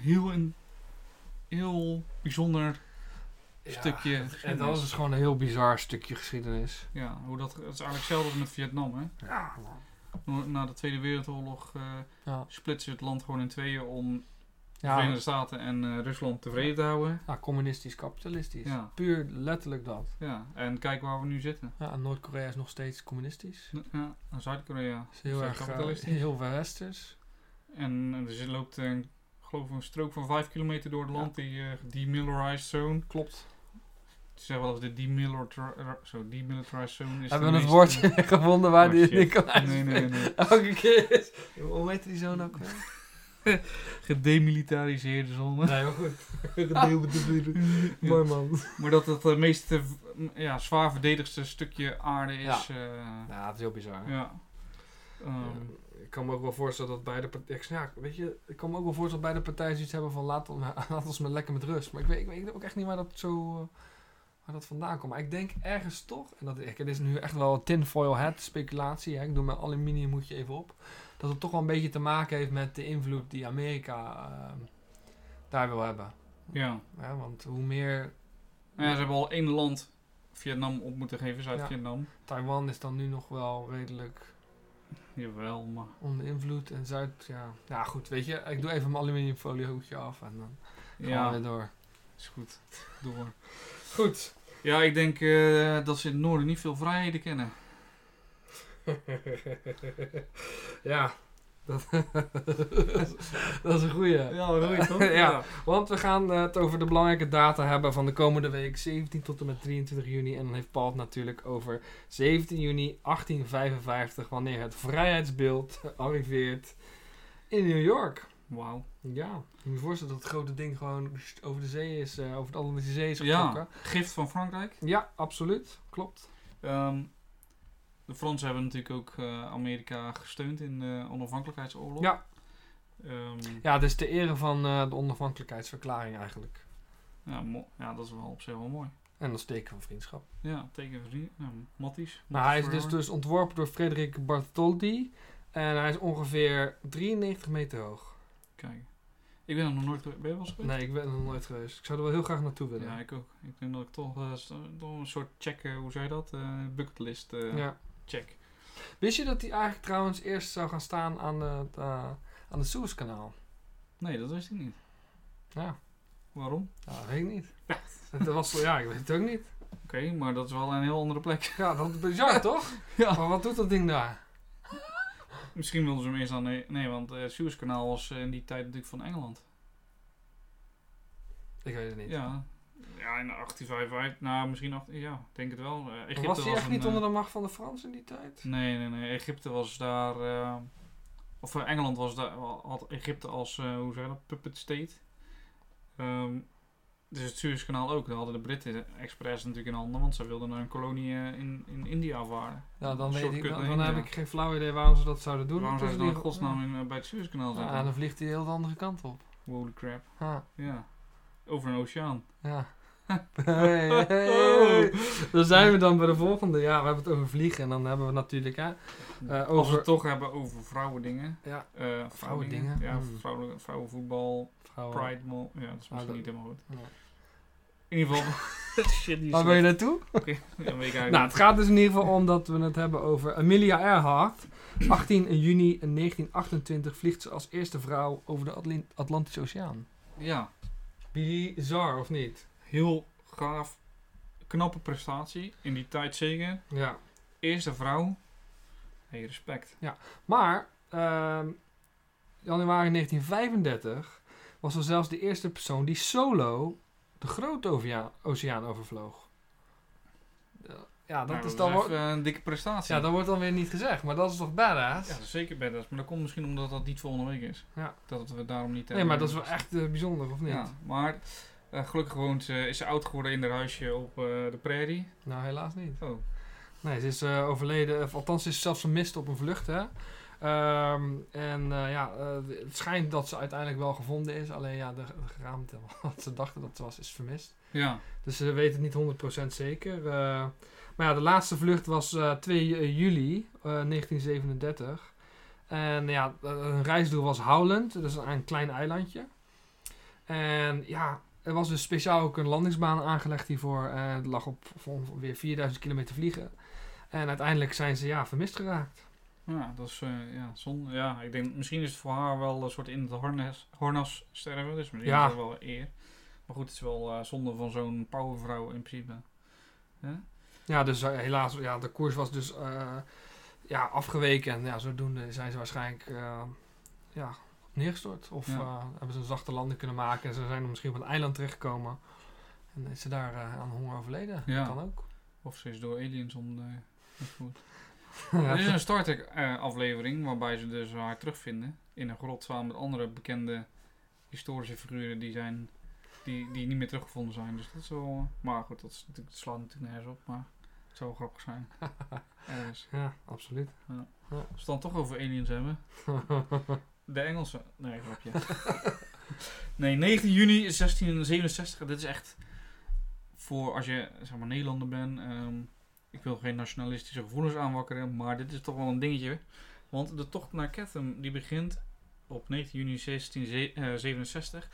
heel bijzonder stukje geschiedenis. En dat is dus gewoon een heel bizar stukje geschiedenis. Ja, dat is eigenlijk hetzelfde als met Vietnam, hè? Ja. Na de Tweede Wereldoorlog splitsen ze het land gewoon in tweeën om de Verenigde Staten en Rusland tevreden te houden. Ja, communistisch, kapitalistisch. Ja. Puur letterlijk dat. Ja, en kijk waar we nu zitten. Ja, en Noord-Korea is nog steeds communistisch. Ja, en Zuid-Korea is heel erg kapitalistisch. Heel westers. En er loopt geloof ik een strook van 5 kilometer door het land, die demilitarized zone. Klopt. Ze zeggen wel eens de demilitarized zone is. Hebben we het woordje gevonden waar die het niet kan uitspreken? Nee. Elke keer. Hoe heet die zone ook? Gedemilitariseerde zone. Nee, maar goed. Gedemilitariseerde. Mooi man. Maar dat het meest zwaar verdedigste stukje aarde is. Ja, dat is heel bizar. Ja. Ik kan me ook wel voorstellen dat beide partijen... ik kan me ook wel voorstellen dat beide partijen zoiets hebben van laat ons maar lekker met rust. Maar ik weet ook echt niet waar dat vandaan komt. Maar ik denk ergens toch, en dit is nu echt wel een tinfoil hat speculatie. Hè, ik doe mijn aluminiumhoedje even op. Dat het toch wel een beetje te maken heeft met de invloed die Amerika daar wil hebben. Ja. Want hoe meer... Ja, ze hebben al 1 land Vietnam op moeten geven, Zuid-Vietnam. Taiwan is dan nu nog wel redelijk... Jawel, maar... onder invloed en Zuid... Ja, goed, weet je. Ik doe even mijn aluminiumfoliehoedje af en dan gaan we weer door. Is goed. Door. Goed. Ja, ik denk dat ze in het noorden niet veel vrijheden kennen. Ja. Dat is een goeie. Ja, een goeie toch? Ja, want we gaan het over de belangrijke data hebben van de komende week, 17 tot en met 23 juni. En dan heeft Paul het natuurlijk over 17 juni 1855, wanneer het vrijheidsbeeld arriveert in New York. Wauw. Ja, je moet je voorstellen dat het grote ding gewoon over de zee is, over de Atlantische Zee is getrokken. Ja, gift van Frankrijk. Ja, absoluut. Klopt. De Fransen hebben natuurlijk ook Amerika gesteund in de onafhankelijkheidsoorlog. Ja. Ja, dus ter ere van de onafhankelijkheidsverklaring eigenlijk. Ja, dat is wel op zich wel mooi. En dat is teken van vriendschap. Ja, teken van vriend. Matties. Maar hij is dus ontworpen door Frederik Bartholdi. En hij is ongeveer 93 meter hoog. Kijk. Ik ben er nog nooit geweest. Ben je wel eens geweest? Nee, ik ben er nog nooit geweest. Ik zou er wel heel graag naartoe willen. Ja, ik ook. Ik denk dat ik toch een soort check, hoe zei je dat? Bucketlist Ja. check. Wist je dat hij eigenlijk trouwens eerst zou gaan staan aan het Suezkanaal? Nee, dat wist ik niet. Ja. Waarom? Ja, dat weet ik niet. Het was, ja, ik weet het ook niet. Oké, maar dat is wel een heel andere plek. Ja, dat is bizar toch? Ja. Maar wat doet dat ding daar? Misschien wilden ze hem eerst aan... Nee, want het Suezkanaal was in die tijd natuurlijk van Engeland. Ik weet het niet. Ja, in 1855. Nou, misschien... Ja, ik denk het wel. Egypte Was hij echt niet een, onder de macht van de Fransen in die tijd? Nee. Egypte was daar... of Engeland was daar... Had Egypte als... hoe zeg je dat? Puppet state. Dus het Suezkanaal ook. Daar hadden de Britten expres natuurlijk in handen. Want ze wilden naar een kolonie in India afvaren. Ja, dan weet ik, Shortcut naar dan heb India. ik geen flauw idee waarom ze dat zouden doen. Waarom Dus zou je dan die- in godsnaam bij het Suezkanaal zitten? Ja, dan vliegt hij heel de andere kant op. Holy crap. Ja. Ja. Over een oceaan. Ja. Hey. Dan zijn we dan bij de volgende. Ja, we hebben het over vliegen. En dan hebben we natuurlijk... Als we over het toch hebben over vrouwendingen. ja, Vrouwendingen. Ja, Hmm. vrouwenvoetbal, vrouwen. Pride Mall. Ja, dat is misschien dat- niet helemaal goed. Ja. In ieder geval... Shit, die is Waar ben je naartoe? Ja, weet ik eigenlijk Nou, het gaat dus in ieder geval om dat we het hebben over Amelia Earhart. 18 juni 1928 vliegt ze als eerste vrouw over de Atlantische Oceaan. Ja, Bizar, of niet? heel gaaf. Knappe prestatie. In die tijd zeker. Ja. Eerste vrouw. Hey, respect. Maar, januari 1935 was er zelfs de eerste persoon die solo de grote oceaan overvloog. Ja, dat Nou, is dan echt wel... een dikke prestatie. Ja, dat wordt dan weer niet gezegd, maar dat is toch badass? Ja, dat is zeker badass. Maar dat komt misschien omdat dat niet volgende week is. Ja. Dat we daarom niet... Nee, maar dat is wel echt bijzonder, of niet? Ja, maar gelukkig is ze oud geworden in haar huisje op de prairie. Nou, helaas niet. Oh. Nee, ze is overleden, of althans ze is zelfs vermist op een vlucht, hè. Het schijnt dat ze uiteindelijk wel gevonden is, alleen ja, de geraamte wat ze dachten dat ze was, is vermist. Ja. Dus ze weten het niet 100% zeker. Maar ja, de laatste vlucht was 2 juli 1937. En ja, hun reisdoel was Howland, dus een klein eilandje. En ja, er was dus speciaal ook een landingsbaan aangelegd hiervoor. Het lag op ongeveer 4000 kilometer vliegen. En uiteindelijk zijn ze vermist geraakt. Ja, dat is zonde. Ja, ik denk misschien is het voor haar wel een soort in het harnas sterven. Dus misschien Ja. is dat wel eer. Maar goed, het is wel zonde van zo'n powervrouw in principe. Ja, dus helaas, de koers was dus afgeweken. En ja, zodoende zijn ze waarschijnlijk neergestort. Of hebben ze een zachte landing kunnen maken. En ze zijn misschien op een eiland terechtgekomen. En is ze daar aan honger overleden. Ja. Dat kan ook. Of ze is door aliens ontvoerd. Ja. Er is een Star Trek aflevering waarbij ze dus haar terugvinden. In een grot samen met andere bekende historische figuren die niet meer teruggevonden zijn. Dus dat is wel... Maar goed, dat slaat natuurlijk nergens op. Maar het zou wel grappig zijn. Ergens. Ja, absoluut. Als we het dan toch over aliens hebben. De Engelsen... Nee, grapje. Nee, 19 juni 1667. Dit is echt voor als je zeg maar Nederlander bent. Ik wil geen nationalistische gevoelens aanwakkeren. Maar dit is toch wel een dingetje. Want de tocht naar Chatham die begint op 19 juni 1667.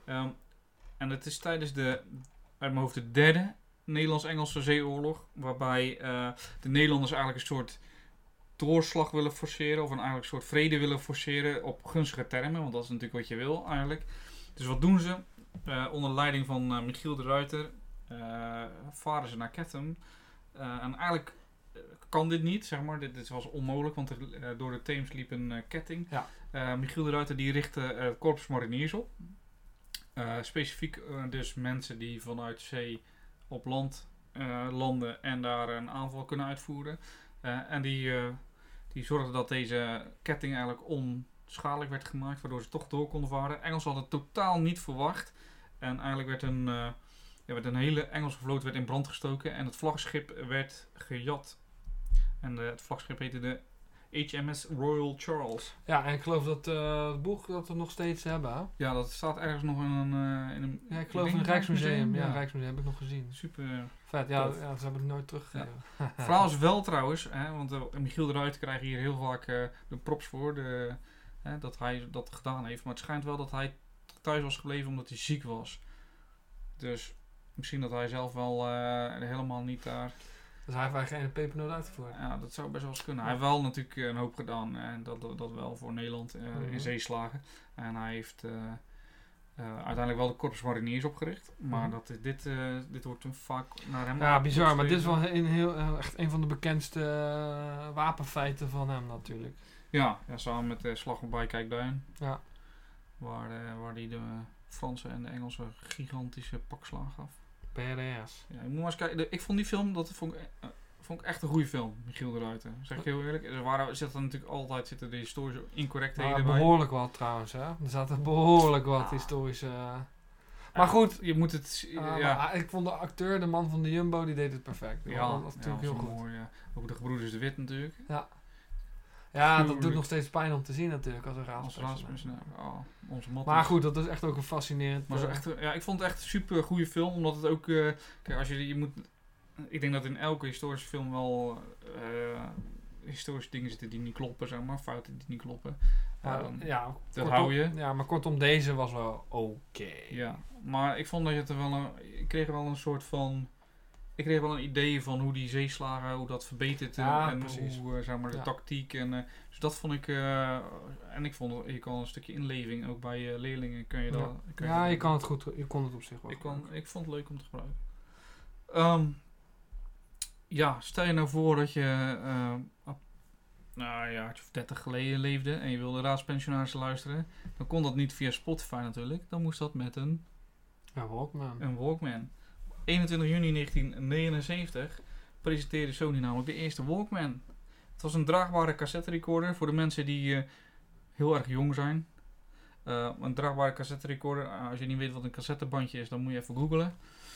En het is tijdens uit mijn hoofd de derde Nederlands-Engelse zeeoorlog. Waarbij de Nederlanders eigenlijk een soort doorslag willen forceren. Of eigenlijk een soort vrede willen forceren op gunstige termen. Want dat is natuurlijk wat je wil eigenlijk. Dus wat doen ze? Onder leiding van Michiel de Ruiter varen ze naar Chatham. En eigenlijk kan dit niet, zeg maar. Dit was onmogelijk, want door de Theems liep een ketting. Ja. Michiel de Ruiter die richtte het Korps Mariniers op. Specifiek dus mensen die vanuit zee op land landen en daar een aanval kunnen uitvoeren. En die zorgden dat deze ketting eigenlijk onschadelijk werd gemaakt, waardoor ze toch door konden varen. Engelsen hadden het totaal niet verwacht. En eigenlijk werd een hele Engelse vloot werd in brand gestoken en het vlaggenschip werd gejat. En het vlaggenschip heette de HMS Royal Charles. Ja, en ik geloof dat het boek dat we nog steeds hebben. Hè? Ja, dat staat ergens nog in een Ja, ik geloof in het Rijksmuseum. Ja, Ja. Rijksmuseum heb ik nog gezien. Super. Vet, ja, Tof. ze hebben het nooit teruggegeven. Verhaal is wel trouwens, hè, want Michiel de Ruiter krijgt hier heel vaak de props voor dat hij dat gedaan heeft. Maar het schijnt wel dat hij thuis was gebleven omdat hij ziek was. Dus misschien dat hij zelf wel helemaal niet daar... Dus hij heeft eigenlijk geen pepernoot uitgevoerd. Ja, dat zou best wel eens kunnen. Hij heeft wel natuurlijk een hoop gedaan. En dat wel voor Nederland in zeeslagen. En hij heeft uiteindelijk wel de Corps Mariniers opgericht. Maar dit wordt hem vaak naar hem. Ja, bizar. Maar dit is wel echt een van de bekendste wapenfeiten van hem natuurlijk. Ja, samen met de Slag bij Kijkduin. Ja. Waar hij de Franse en de Engelse gigantische pakslag gaf. PRDS. Ja, je moet maar eens kijken. Ik vond die film, dat vond ik echt een goede film, Michiel de Ruiter. Zeg ik heel eerlijk. Er zitten natuurlijk altijd de historische incorrectheden bij. Behoorlijk wat trouwens, hè. Er zaten behoorlijk wat historische... Maar goed. Je moet het... Maar ik vond de acteur, de man van de Jumbo, die deed het perfect. Ja, dat was natuurlijk heel goed. Mooi, ja. Ook de gebroeders de Wit natuurlijk. Ja, dat doet nog steeds pijn om te zien natuurlijk, als een raadspersonage. Onze motto. Maar goed, dat is echt ook een fascinerend... Maar ik vond het echt een super goede film, omdat het ook... kijk, als je moet... Ik denk dat in elke historische film wel historische dingen zitten die niet kloppen, zeg maar. Fouten die niet kloppen. Dat hou je. Ja, maar kortom, deze was wel oké. Ja, maar ik vond dat je het er wel ik kreeg wel een soort van... Ik kreeg wel een idee van hoe die zeeslagen, hoe dat verbetert en precies. hoe zeg maar de tactiek en dus dat vond ik en ik vond je kan een stukje inleving ook bij leerlingen kun je dat. Je kan het goed, je kon het op zich wel. Ik vond het leuk om te gebruiken. Stel je nou voor dat je een jaartje of 30 geleden leefde en je wilde raadspensionarissen luisteren, dan kon dat niet via Spotify natuurlijk, dan moest dat met een Walkman. 21 juni 1979 presenteerde Sony namelijk de eerste Walkman. Het was een draagbare cassette recorder voor de mensen die heel erg jong zijn. Een draagbare cassette recorder, als je niet weet wat een cassettebandje is, dan moet je even googlen.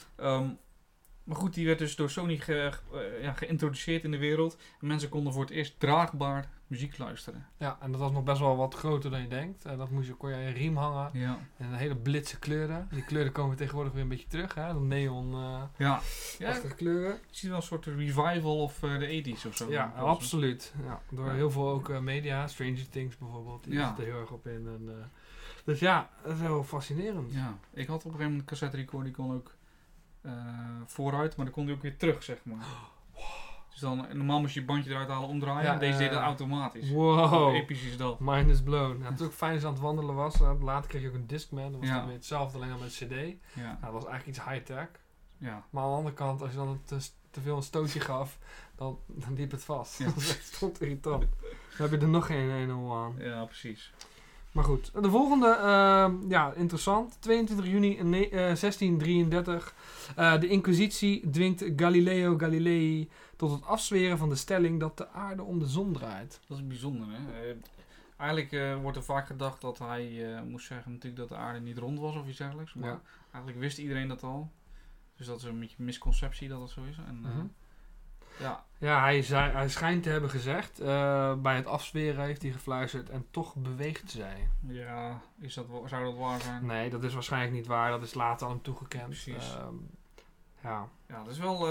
Maar goed, die werd dus door Sony geïntroduceerd in de wereld. En mensen konden voor het eerst draagbaar muziek luisteren. Ja, en dat was nog best wel wat groter dan je denkt. Dat kon je aan je riem hangen. Ja. En een hele blitse kleuren. Die kleuren komen tegenwoordig weer een beetje terug. Hè? De neon kleuren. Je ziet wel een soort revival of de 80's of zo. Ja, absoluut. Ja, door heel veel ook media. Stranger Things bijvoorbeeld. Die zit er heel erg op in. En, dus ja, dat is heel fascinerend. Ja, ik had op een gegeven moment een cassette recorder. Die kon ook vooruit, maar dan kon hij ook weer terug, zeg maar. Dus dan normaal moest je bandje eruit halen, omdraaien. En deze deed dat automatisch. Wow. Hoe episch is dat? Mind is blown. Het is ook fijn als je aan het wandelen was. Later kreeg je ook een Discman. Dat was dan weer hetzelfde, alleen dan met CD. Ja. Dat was eigenlijk iets high-tech. Ja. Maar aan de andere kant, als je dan te veel een stootje gaf, dan liep het vast. Ja. Dat is echt stond irritant. Dan heb je er nog geen aan. Ja, precies. Maar goed, de volgende, interessant. 22 juni 1633. De Inquisitie dwingt Galileo Galilei tot het afzweren van de stelling dat de aarde om de zon draait. Dat is bijzonder, hè? Eigenlijk wordt er vaak gedacht dat hij moest zeggen natuurlijk dat de aarde niet rond was of iets dergelijks. Maar eigenlijk wist iedereen dat al. Dus dat is een beetje misconceptie dat het zo is. En, Ja, hij schijnt te hebben gezegd, bij het afzweren heeft hij gefluisterd en toch beweegt zij. Ja, zou dat waar zijn? Nee, dat is waarschijnlijk niet waar. Dat is later aan hem toegekend. Precies. Ja, dat is wel,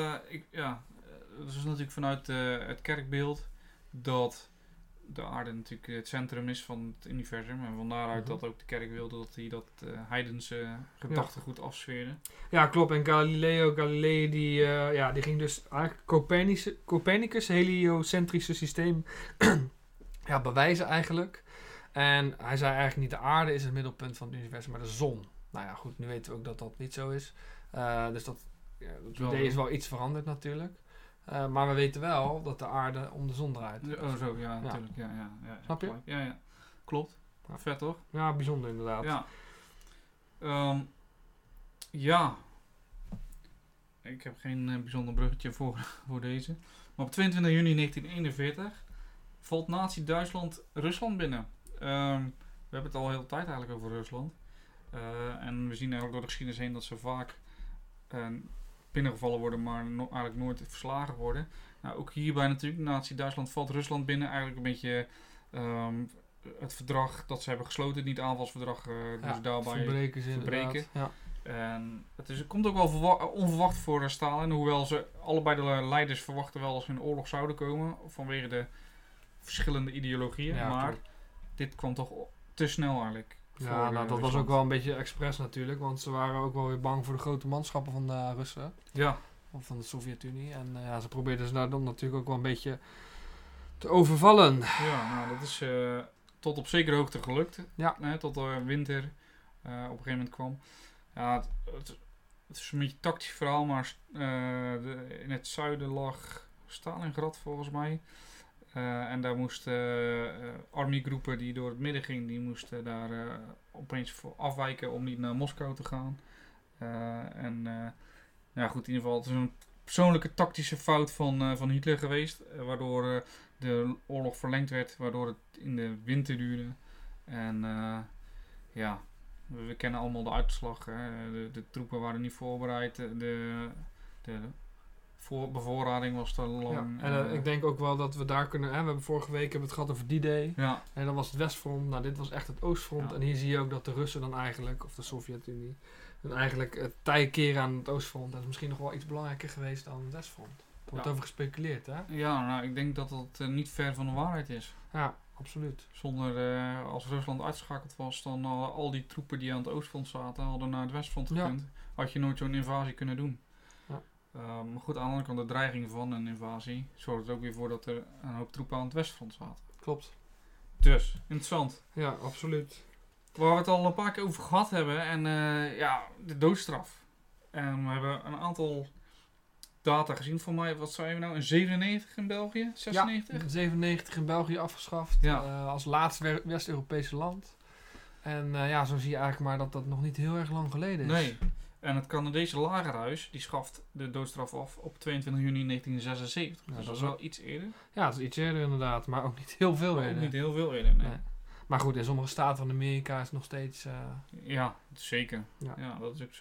dat is natuurlijk vanuit het kerkbeeld dat de aarde natuurlijk het centrum is van het universum. En van daaruit dat ook de kerk wilde dat hij dat heidense gedachtegoed afsfeerde. Ja, klopt. En Galileo Galilei die ging dus eigenlijk Copernicus heliocentrische systeem bewijzen eigenlijk. En hij zei eigenlijk niet de aarde is het middelpunt van het universum, maar de zon. Nou ja, goed, nu weten we ook dat dat niet zo is. Dus dat idee is wel iets veranderd natuurlijk. Maar we weten wel dat de aarde om de zon draait. Natuurlijk. Ja. Snap je? Ja. Klopt. Ja. Vet toch? Ja, bijzonder inderdaad. Ja. Ik heb geen bijzonder bruggetje voor deze. Maar op 22 juni 1941 valt Nazi-Duitsland Rusland binnen. We hebben het al de hele tijd eigenlijk over Rusland. En we zien eigenlijk door de geschiedenis heen dat ze vaak binnengevallen worden, maar eigenlijk nooit verslagen worden. Nou, ook hierbij natuurlijk, Nazi-Duitsland valt Rusland binnen. Eigenlijk een beetje het verdrag dat ze hebben gesloten, het niet-aanvalsverdrag, dus daarbij verbreken ze verbreken. inderdaad. En het komt ook wel onverwacht voor Stalin, hoewel ze allebei de leiders verwachten wel dat ze in oorlog zouden komen, vanwege de verschillende ideologieën. Ja, maar klopt. dit kwam toch te snel eigenlijk. Ja, nou, dat was ook wel een beetje expres natuurlijk, want ze waren ook wel weer bang voor de grote manschappen van de Russen. Ja. Of van de Sovjet-Unie. En ze probeerden ze daar dan natuurlijk ook wel een beetje te overvallen. Ja, nou dat is tot op zekere hoogte gelukt. Ja. Tot de winter op een gegeven moment kwam. Ja, het is een beetje een tactisch verhaal, maar in het zuiden lag Stalingrad volgens mij. En daar moesten armygroepen die door het midden gingen, die moesten daar opeens voor afwijken om niet naar Moskou te gaan. Ja goed, in ieder geval, het is een persoonlijke tactische fout van Hitler geweest, waardoor de oorlog verlengd werd, waardoor het in de winter duurde. En ja, we kennen allemaal de uitslag. Hè. De troepen waren niet voorbereid, de bevoorrading was te lang. Ja, en ik denk ook wel dat we daar kunnen... we hebben vorige week het gehad over D-Day. Ja. En dat was het Westfront. Nou, dit was echt het Oostfront. Ja. En hier zie je ook dat de Russen dan eigenlijk, of de Sovjet-Unie, dan eigenlijk het tij keren aan het Oostfront. Dat is misschien nog wel iets belangrijker geweest dan het Westfront. Er wordt over gespeculeerd, hè? Ja, nou, ik denk dat dat niet ver van de waarheid is. Ja, absoluut. Zonder, als Rusland uitgeschakeld was, dan al die troepen die aan het Oostfront zaten, hadden naar het Westfront gekund. Had je nooit zo'n invasie kunnen doen. Ja. Maar goed, aan de andere kant, de dreiging van een invasie zorgt er ook weer voor dat er een hoop troepen aan het Westfront zaten. Klopt. Dus, interessant. Ja, absoluut. Waar we het al een paar keer over gehad hebben, en de doodstraf. En we hebben een aantal data gezien. Voor mij, wat zei we nou, in 97 in België? 96? Ja, 97 in België afgeschaft. Ja. Als laatste West-Europese land. En zo zie je eigenlijk maar dat dat nog niet heel erg lang geleden is. Nee. En het Canadese lagerhuis, die schaft de doodstraf af op 22 juni 1976. Ja, dus dat is wel iets eerder. Ja, dat is iets eerder inderdaad, maar ook niet heel veel Maar eerder. ook niet heel veel eerder, nee. Nee. Maar goed, in sommige staten van Amerika is het nog steeds... Ja, zeker. Ja. Ja, dat is ook zo.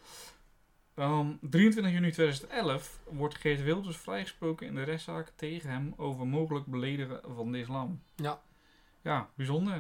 23 juni 2011 wordt Geert Wilders vrijgesproken in de rechtszaak tegen hem over mogelijk beledigen van de islam. Ja. Ja, bijzonder.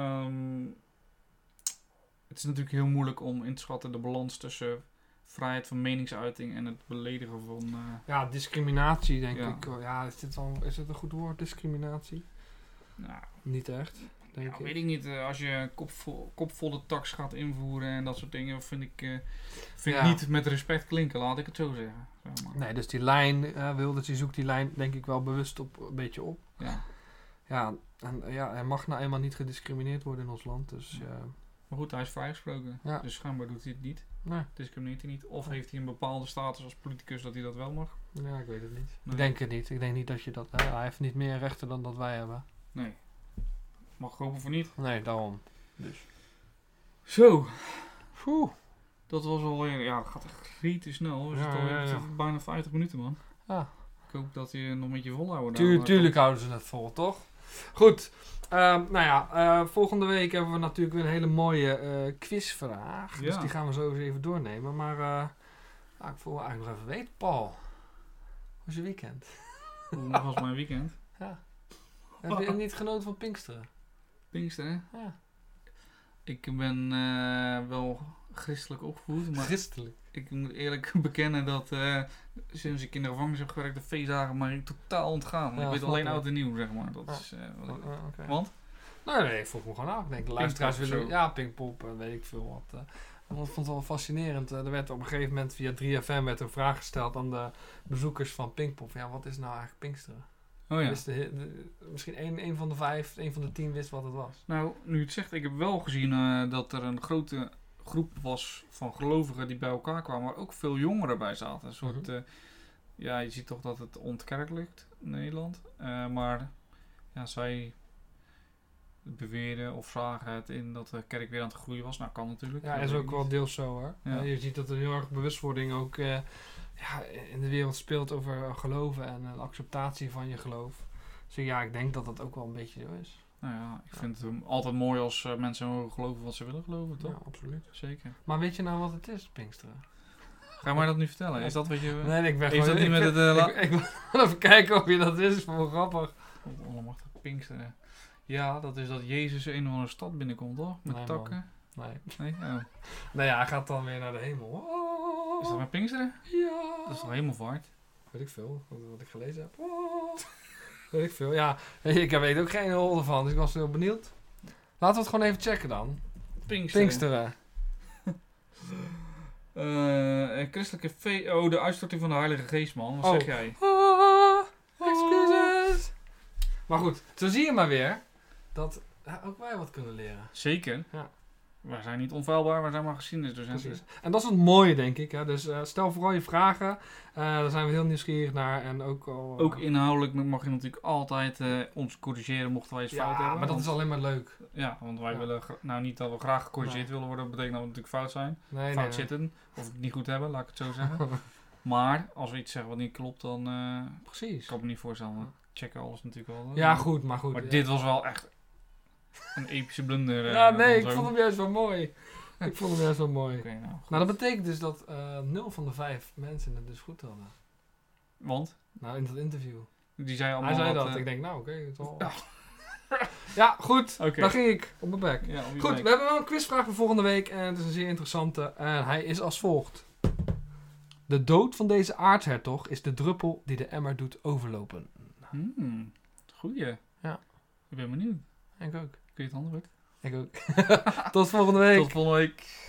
Het is natuurlijk heel moeilijk om in te schatten de balans tussen vrijheid van meningsuiting en het beledigen van... Ja, discriminatie denk Ja. ik. Ja, is dit een goed woord, discriminatie? Nou, Niet echt, denk ja, ik. weet ik niet. Als je kopvolle tax gaat invoeren en dat soort dingen, vind ik niet met respect klinken, laat ik het zo zeggen. Zeg maar. Nee, dus die lijn, Wilders die zoekt die lijn denk ik wel bewust een beetje op. Ja. Ja, en hij mag nou eenmaal niet gediscrimineerd worden in ons land, dus... Maar goed, hij is vrijgesproken. Ja. Dus schijnbaar doet hij het niet. Nee. Discrimineert hij niet. Of heeft hij een bepaalde status als politicus dat hij dat wel mag? Ja, ik weet het niet. Nee. Ik denk het niet. Ik denk niet dat je dat... hij heeft niet meer rechten dan dat wij hebben. Nee. Mag ik hopen voor niet. Nee, daarom. Dus. Zo. Oeh. Dat was alweer... Ja, het gaat echt te snel. We Ja, zitten alweer ja. bijna 50 minuten, man. Ja. Ik hoop dat je nog een beetje volhouden. Tuurlijk houden ze het vol, toch? Goed. Volgende week hebben we natuurlijk weer een hele mooie quizvraag. Ja. Dus die gaan we zo eens even doornemen. Maar ik wil eigenlijk nog even weten, Paul. Hoe was je weekend? Hoe was mijn weekend? Ja. Heb je niet genoten van Pinksteren? Pinksteren? Ja. Ik ben wel christelijk opgevoed, maar Christelijk. ik moet eerlijk bekennen dat sinds ik in de gevangenis heb gewerkt, de feestdagen maar totaal ontgaan. Ja, Ik weet snap alleen ik. oud en nieuw, zeg maar. Dat Ja. is, wat ik- Oké. Want? Nee, ik vroeg me gewoon af. Ik denk, de luisteraars Pinkpop willen... zo. Ja, Pinkpop en weet ik veel wat. Ik vond het wel fascinerend. Er werd op een gegeven moment via 3FM werd een vraag gesteld aan de bezoekers van Pinkpop. Ja, wat is nou eigenlijk Pinksteren? Oh ja. Misschien een van de 5, een van de 10 wist wat het was. Nou, nu het zegt, ik heb wel gezien dat er een grote groep was van gelovigen die bij elkaar kwamen, waar ook veel jongeren bij zaten. Een soort, ja, je ziet toch dat het ontkerkelijkt in Nederland. Maar ja, zij beweren of zagen het in dat de kerk weer aan het groeien was. Nou, kan natuurlijk. Ja, Dat is weet ook ik wel niet. deels zo hoor. Ja. Je ziet dat er heel erg bewustwording ook in de wereld speelt over geloven en een acceptatie van je geloof. Dus ja, ik denk dat dat ook wel een beetje zo is. Nou ja, ik vind het altijd mooi als mensen mogen geloven wat ze willen geloven, toch? Ja, absoluut. Zeker. Maar weet je nou wat het is, Pinksteren? Ga je mij dat nu vertellen? Is dat wat je... Nee, ik ben Heeft gewoon... dat niet met het... Ik wil even kijken of je dat is. Is wel grappig. Allemachtig Pinksteren. Ja, dat is dat Jezus een of andere stad binnenkomt, toch? Met Nee, takken. Nee. Nee? Oh. Nou ja, hij gaat dan weer naar de hemel. Oh, Is dat met Pinksteren? ja. Dat is toch hemelvaart? Weet ik veel, wat ik gelezen heb. Oh. Weet ik veel, ja. Ik weet ook geen hol ervan, dus ik was heel benieuwd. Laten we het gewoon even checken dan. Pinksteren. Christelijke de uitstorting van de Heilige Geest, man. Wat Oh. zeg jij? Excuses. Maar goed, zo zie je maar weer dat ook wij wat kunnen leren. Zeker. Ja. Wij zijn niet onfeilbaar, wij zijn maar geschiedenisdocenten. Precies. En dat is het mooie, denk ik. Hè? Dus stel vooral je vragen. Daar zijn we heel nieuwsgierig naar. En ook al... Ook inhoudelijk mag je natuurlijk altijd ons corrigeren mochten wij iets fout hebben. maar dat is alleen maar leuk. Ja, want wij Ja. willen niet dat we graag gecorrigeerd willen worden. Dat betekent dat we natuurlijk fout zijn. Nee, Fout zitten. Of het niet goed hebben, laat ik het zo zeggen. Maar als we iets zeggen wat niet klopt, dan Precies. kan ik me niet voorstellen. We checken alles natuurlijk wel. Ja, goed, maar goed. Maar dit was wel echt een epische blunder. Ja, nee, ik dan zo. vond hem juist wel mooi. Ik vond hem juist wel mooi. Oké, nou, goed. Nou, dat betekent dus dat 0 van de 5 mensen het dus goed hadden. Want? Nou, in dat interview. Die zei allemaal Hij zei wat, dat. Ik denk, nou, oké. Het is wel... Ja. Ja, goed. Oké. Dan ging ik op mijn bek. Ja, op je Goed, bek. we hebben wel een quizvraag voor volgende week. En het is een zeer interessante. En hij is als volgt. De dood van deze aartshertog is de druppel die de emmer doet overlopen. Goeie. Ja. Ik ben benieuwd. Ik ook. Kun je het antwoord? Ik ook. Tot volgende week. Tot volgende week.